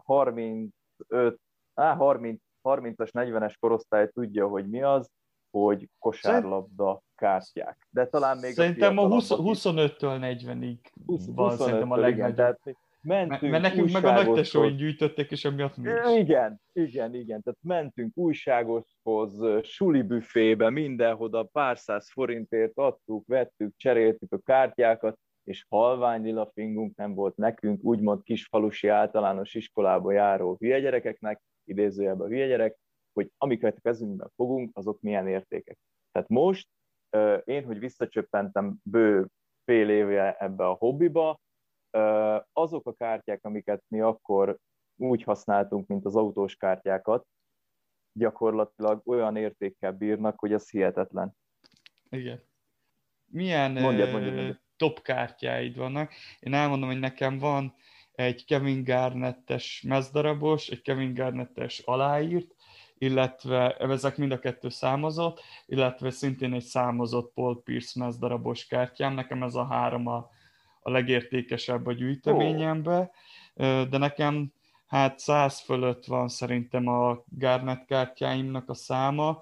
harmincöt, á, harminc, harmincas, negyvenes korosztály tudja, hogy mi az, hogy kosárlabda kártyák. De talán még szerintem a, a huszonöttől negyvenig van, szerintem a legnagyobb. Mentünk, mert nekünk meg a nagytesóink gyűjtötték, és amiatt mi is. Igen, igen, igen. Tehát mentünk újságoshoz, suli büfébe, mindenhoda pár száz forintért adtuk, vettük, cseréltük a kártyákat, és halvány lila fingunk nem volt nekünk, úgymond kisfalusi általános iskolába járó hülye gyerekeknek, idézőjelben a hülye gyerek, hogy amiket kezünkben fogunk, azok milyen értékek. Tehát most én, hogy visszacsöppentem bő fél éve ebbe a hobbiba, azok a kártyák, amiket mi akkor úgy használtunk, mint az autós kártyákat, gyakorlatilag olyan értékkel bírnak, hogy ez hihetetlen. Igen. Milyen mondjad, mondjad, mondjad. top kártyáid vannak? Én elmondom, hogy nekem van egy Kevin Garnett-es mezdarabos, egy Kevin Garnett-es aláírt, illetve ezek mind a kettő számozott, illetve szintén egy számozott Paul Pierce mezdarabos kártyám. Nekem ez a három a a legértékesebb a gyűjteményembe, de nekem hát száz fölött van szerintem a Garnett kártyáimnak a száma,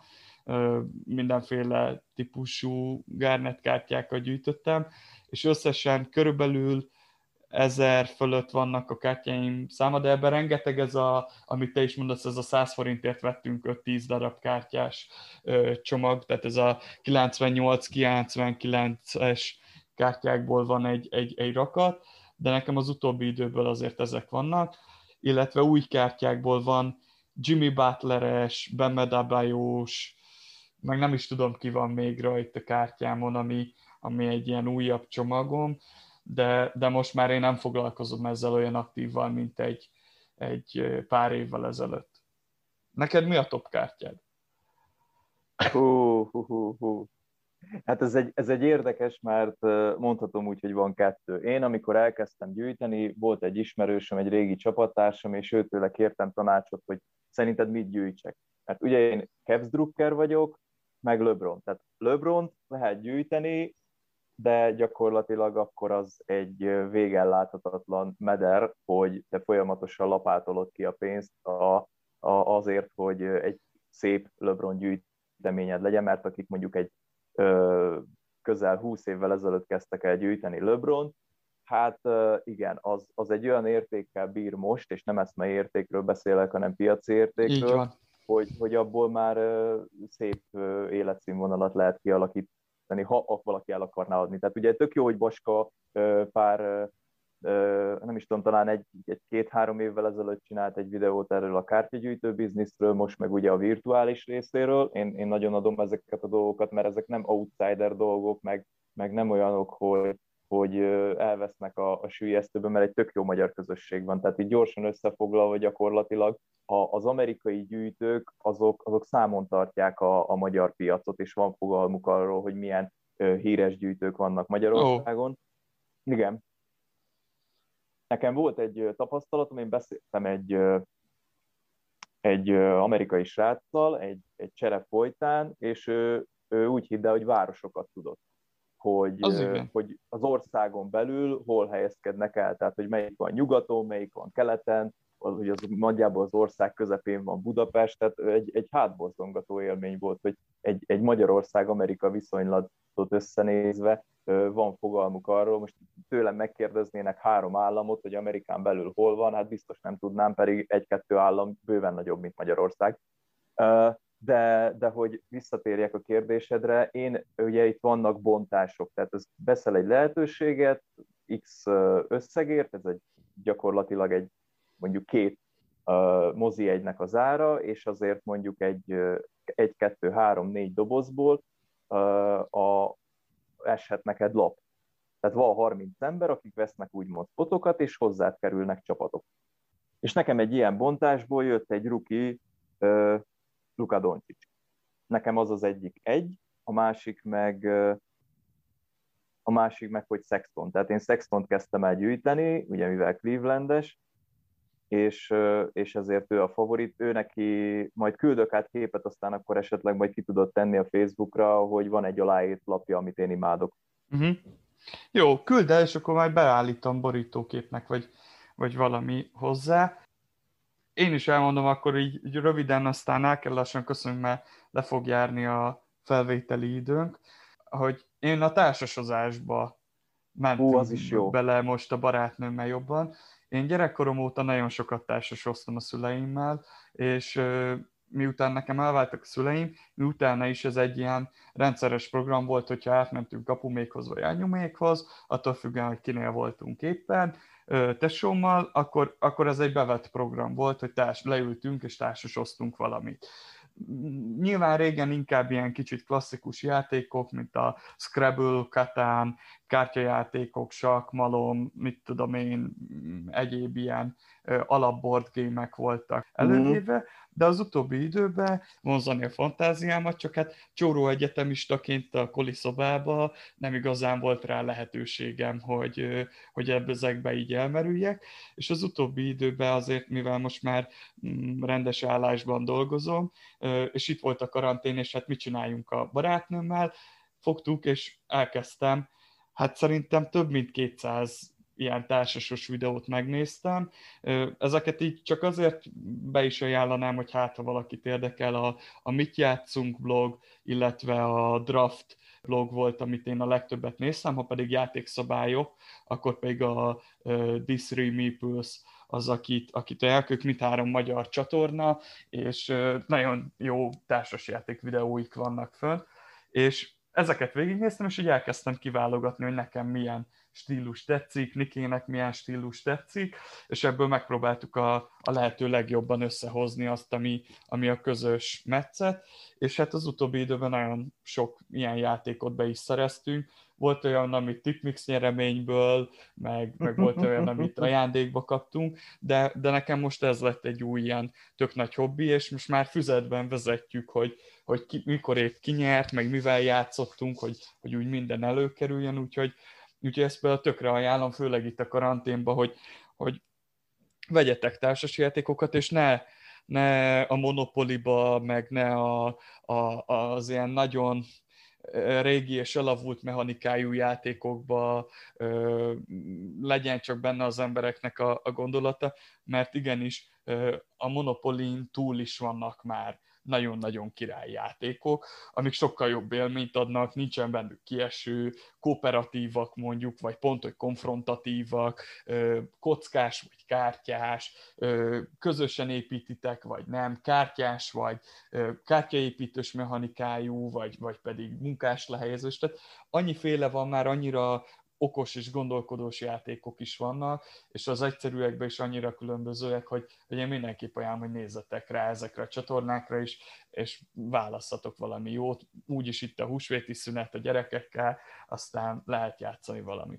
mindenféle típusú Garnett kártyákat gyűjtöttem, és összesen körülbelül ezer fölött vannak a kártyáim száma, de ebben rengeteg ez a, amit te is mondasz, ez a száz forintért vettünk öt-tíz darab kártyás csomag, tehát ez a kilencvennyolc kilencvenkilences kártyákból van egy, egy, egy rakat, de nekem az utóbbi időből azért ezek vannak, illetve új kártyákból van Jimmy Butler-es, Bam Adebayo-s, meg nem is tudom, ki van még rajta a kártyámon, ami, ami egy ilyen újabb csomagom, de, de most már én nem foglalkozom ezzel olyan aktívan, mint egy, egy pár évvel ezelőtt. Neked mi a top kártyád? Hú, hú, hú, hú. Hát ez egy, ez egy érdekes, mert mondhatom úgy, hogy van kettő. Én, amikor elkezdtem gyűjteni, volt egy ismerősöm, egy régi csapattársam, és őtőle kértem tanácsot, hogy szerinted mit gyűjtsek. Mert ugye én Cavs drukker vagyok, meg LeBron. Tehát LeBront lehet gyűjteni, de gyakorlatilag akkor az egy végelláthatatlan meder, hogy te folyamatosan lapátolod ki a pénzt a, a, azért, hogy egy szép LeBron gyűjteményed legyen, mert akik mondjuk egy ö, közel húsz évvel ezelőtt kezdtek el gyűjteni LeBront, Hát igen, az, az egy olyan értékkel bír most, és nem eszmei értékről beszélek, hanem piaci Így értékről, van. hogy, hogy abból már szép életszínvonalat lehet kialakítani, ha valaki el akarná adni. Tehát ugye tök jó, hogy Baska pár, nem is tudom, talán egy, egy két-három évvel ezelőtt csinált egy videót erről a kártyagyűjtő bizniszről, most meg ugye a virtuális részéről. Én, én nagyon adom ezeket a dolgokat, mert ezek nem outsider dolgok, meg, meg nem olyanok, hogy hogy elvesznek a, a süllyesztőben, mert egy tök jó magyar közösség van. Tehát így gyorsan összefoglalva gyakorlatilag a, az amerikai gyűjtők azok, azok számon tartják a, a magyar piacot, és van fogalmuk arról, hogy milyen uh, híres gyűjtők vannak Magyarországon. Oh. Igen. Nekem volt egy tapasztalatom, én beszéltem egy, egy amerikai sráccal, egy, egy csere folytán, és ő, ő úgy hitte, hogy városokat tudott. Hogy az, hogy az országon belül hol helyezkednek el, tehát hogy melyik van nyugaton, melyik van keleten, az, hogy az nagyjából az ország közepén van Budapest, tehát egy, egy hátborzongató élmény volt, hogy egy, egy Magyarország-Amerika viszonylatot összenézve van fogalmuk arról, most tőlem megkérdeznének három államot, hogy Amerikán belül hol van, hát biztos nem tudnám, pedig egy-kettő állam bőven nagyobb, mint Magyarország. De, de hogy visszatérjek a kérdésedre, én ugye itt vannak bontások, tehát ez veszel egy lehetőséget, X összegért, ez egy gyakorlatilag egy mondjuk két uh, mozi egynek az ára, és azért mondjuk egy, uh, egy, kettő, három, négy dobozból uh, a, eshet neked lap. Tehát van harminc ember, akik vesznek úgymond fotókat, és hozzád kerülnek csapatok. És nekem egy ilyen bontásból jött egy rookie, uh, Luka Doncic. Nekem az az egyik egy, a másik meg, a másik meg, hogy Sexton. Tehát én Sextont kezdtem el gyűjteni, ugye mivel Clevelandes, és, és ezért ő a favorit. Ő neki majd küldök át képet, aztán akkor esetleg majd ki tudod tenni a Facebookra, hogy van egy aláírt lapja, amit én imádok. Uh-huh. Jó, küld el, és akkor majd beállítom borítóképnek, vagy, vagy valami hozzá. Én is elmondom akkor így, így röviden, aztán el kell lassan köszönjük, mert le fog járni a felvételi időnk, hogy én a társasozásba mentünk Hú, az is jó. bele most a barátnőmmel jobban. Én gyerekkorom óta nagyon sokat társasoztam a szüleimmel, és miután nekem elváltak a szüleim, miutána is ez egy ilyen rendszeres program volt, hogyha átmentünk apumékhoz vagy anyumékhoz, attól függően, hogy kinél voltunk éppen, tesómmal, akkor, akkor ez egy bevett program volt, hogy társ, leültünk és társasoztunk valamit. Nyilván régen inkább ilyen kicsit klasszikus játékok, mint a Scrabble, Catán, kártyajátékok, sakk, malom, mit tudom én, egyéb ilyen alapboard gémek voltak elővéve, de az utóbbi időben vonzani a fantáziámat, csak hát csóró egyetemistaként a koliszobába nem igazán volt rá lehetőségem, hogy, hogy ebbe ezekbe így elmerüljek, és az utóbbi időben azért, mivel most már rendes állásban dolgozom, és itt volt a karantén, és hát mit csináljunk a barátnőmmel, fogtuk, és elkezdtem, hát szerintem több mint kétszáz ilyen társasos videót megnéztem. Ezeket így csak azért be is ajánlanám, hogy hát, ha valakit érdekel, a, a Mit játszunk blog, illetve a Draft blog volt, amit én a legtöbbet néztem, ha pedig játékszabályok, akkor pedig a uh, This Three Meeples az, akit, akit elkök, mint három magyar csatorna, és uh, nagyon jó társasjáték videóik vannak fönn, és ezeket végignéztem, és így elkezdtem kiválogatni, hogy nekem milyen stílus tetszik, Nikének milyen stílus tetszik, és ebből megpróbáltuk a, a lehető legjobban összehozni azt, ami, ami a közös metszet, és hát az utóbbi időben nagyon sok ilyen játékot be is szereztünk. Volt olyan, amit Tipmix nyereményből, meg, meg volt olyan, amit ajándékba kaptunk, de, de nekem most ez lett egy új ilyen tök nagy hobbi, és most már füzetben vezetjük, hogy, hogy ki, mikor épp kinyert, meg mivel játszottunk, hogy, hogy úgy minden előkerüljön, úgyhogy Úgyhogy ezt például tökre ajánlom, főleg itt a karanténban, hogy, hogy vegyetek társasjátékokat, és ne, ne a Monopoly-ba, meg ne a, a, az ilyen nagyon régi és elavult mechanikájú játékokba ö, legyen csak benne az embereknek a, a gondolata, mert igenis ö, a Monopoly-n túl is vannak már nagyon-nagyon király játékok, amik sokkal jobb élményt adnak, nincsen bennük kieső, kooperatívak mondjuk, vagy pont, hogy konfrontatívak, kockás vagy kártyás, közösen építitek, vagy nem, kártyás, vagy kártyaépítős mechanikájú, vagy, vagy pedig munkás lehelyezős. Tehát annyiféle van már, annyira okos és gondolkodós játékok is vannak, és az egyszerűekben is annyira különbözőek, hogy, hogy én mindenképp ajánlom, hogy nézzetek rá ezekre a csatornákra is, és válasszatok valami jót. Úgyis itt a húsvéti szünet a gyerekekkel, aztán lehet játszani valamit.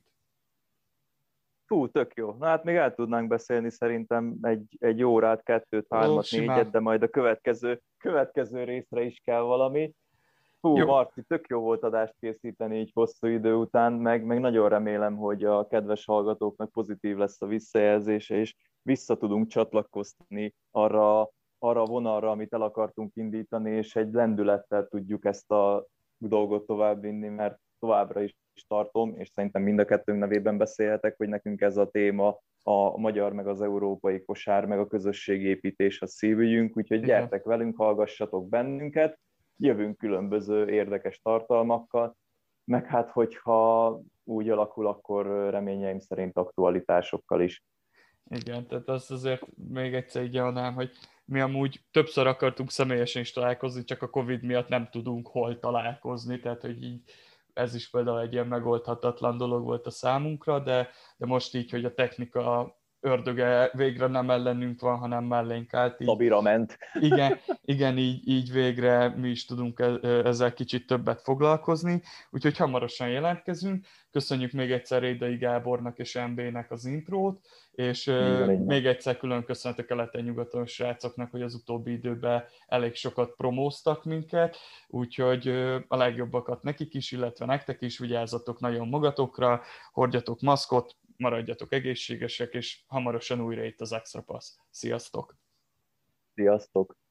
Fú, tök jó. Na hát még el tudnánk beszélni szerintem egy, egy órát, kettőt, hármat, Ó, négyet, de majd a következő, következő részre is kell valami. Hú, jó. Marci, tök jó volt adást készíteni így hosszú idő után, meg, meg nagyon remélem, hogy a kedves hallgatóknak pozitív lesz a visszajelzése, és vissza tudunk csatlakozni arra, arra a vonalra, amit el akartunk indítani, és egy lendülettel tudjuk ezt a dolgot továbbvinni, mert továbbra is tartom, és szerintem mind a kettőnk nevében beszélhetek, hogy nekünk ez a téma a magyar, meg az európai kosár, meg a közösségépítés a szívügyünk, úgyhogy gyertek velünk, hallgassatok bennünket, jövünk különböző érdekes tartalmakkal, meg hát, hogyha úgy alakul, akkor reményeim szerint aktualitásokkal is. Igen, tehát azt azért még egyszer így mondanám, hogy mi amúgy többször akartunk személyesen is találkozni, csak a Covid miatt nem tudunk hol találkozni, tehát hogy így ez is például egy ilyen megoldhatatlan dolog volt a számunkra, de, de most így, hogy a technika ördöge végre nem ellenünk van, hanem mellénk állt. Így, Szabira ment. Igen, igen így, így végre mi is tudunk ezzel kicsit többet foglalkozni, úgyhogy hamarosan jelentkezünk. Köszönjük még egyszer Rédai Gábornak és em bé-nek az intrót, és igen, még igen. egyszer külön köszönet a keleten-nyugaton srácoknak, hogy az utóbbi időben elég sokat promóztak minket, úgyhogy a legjobbakat nekik is, illetve nektek is, vigyázzatok nagyon magatokra, hordjatok maszkot, maradjatok egészségesek, és hamarosan újra itt az Extra Pass. Sziasztok! Sziasztok!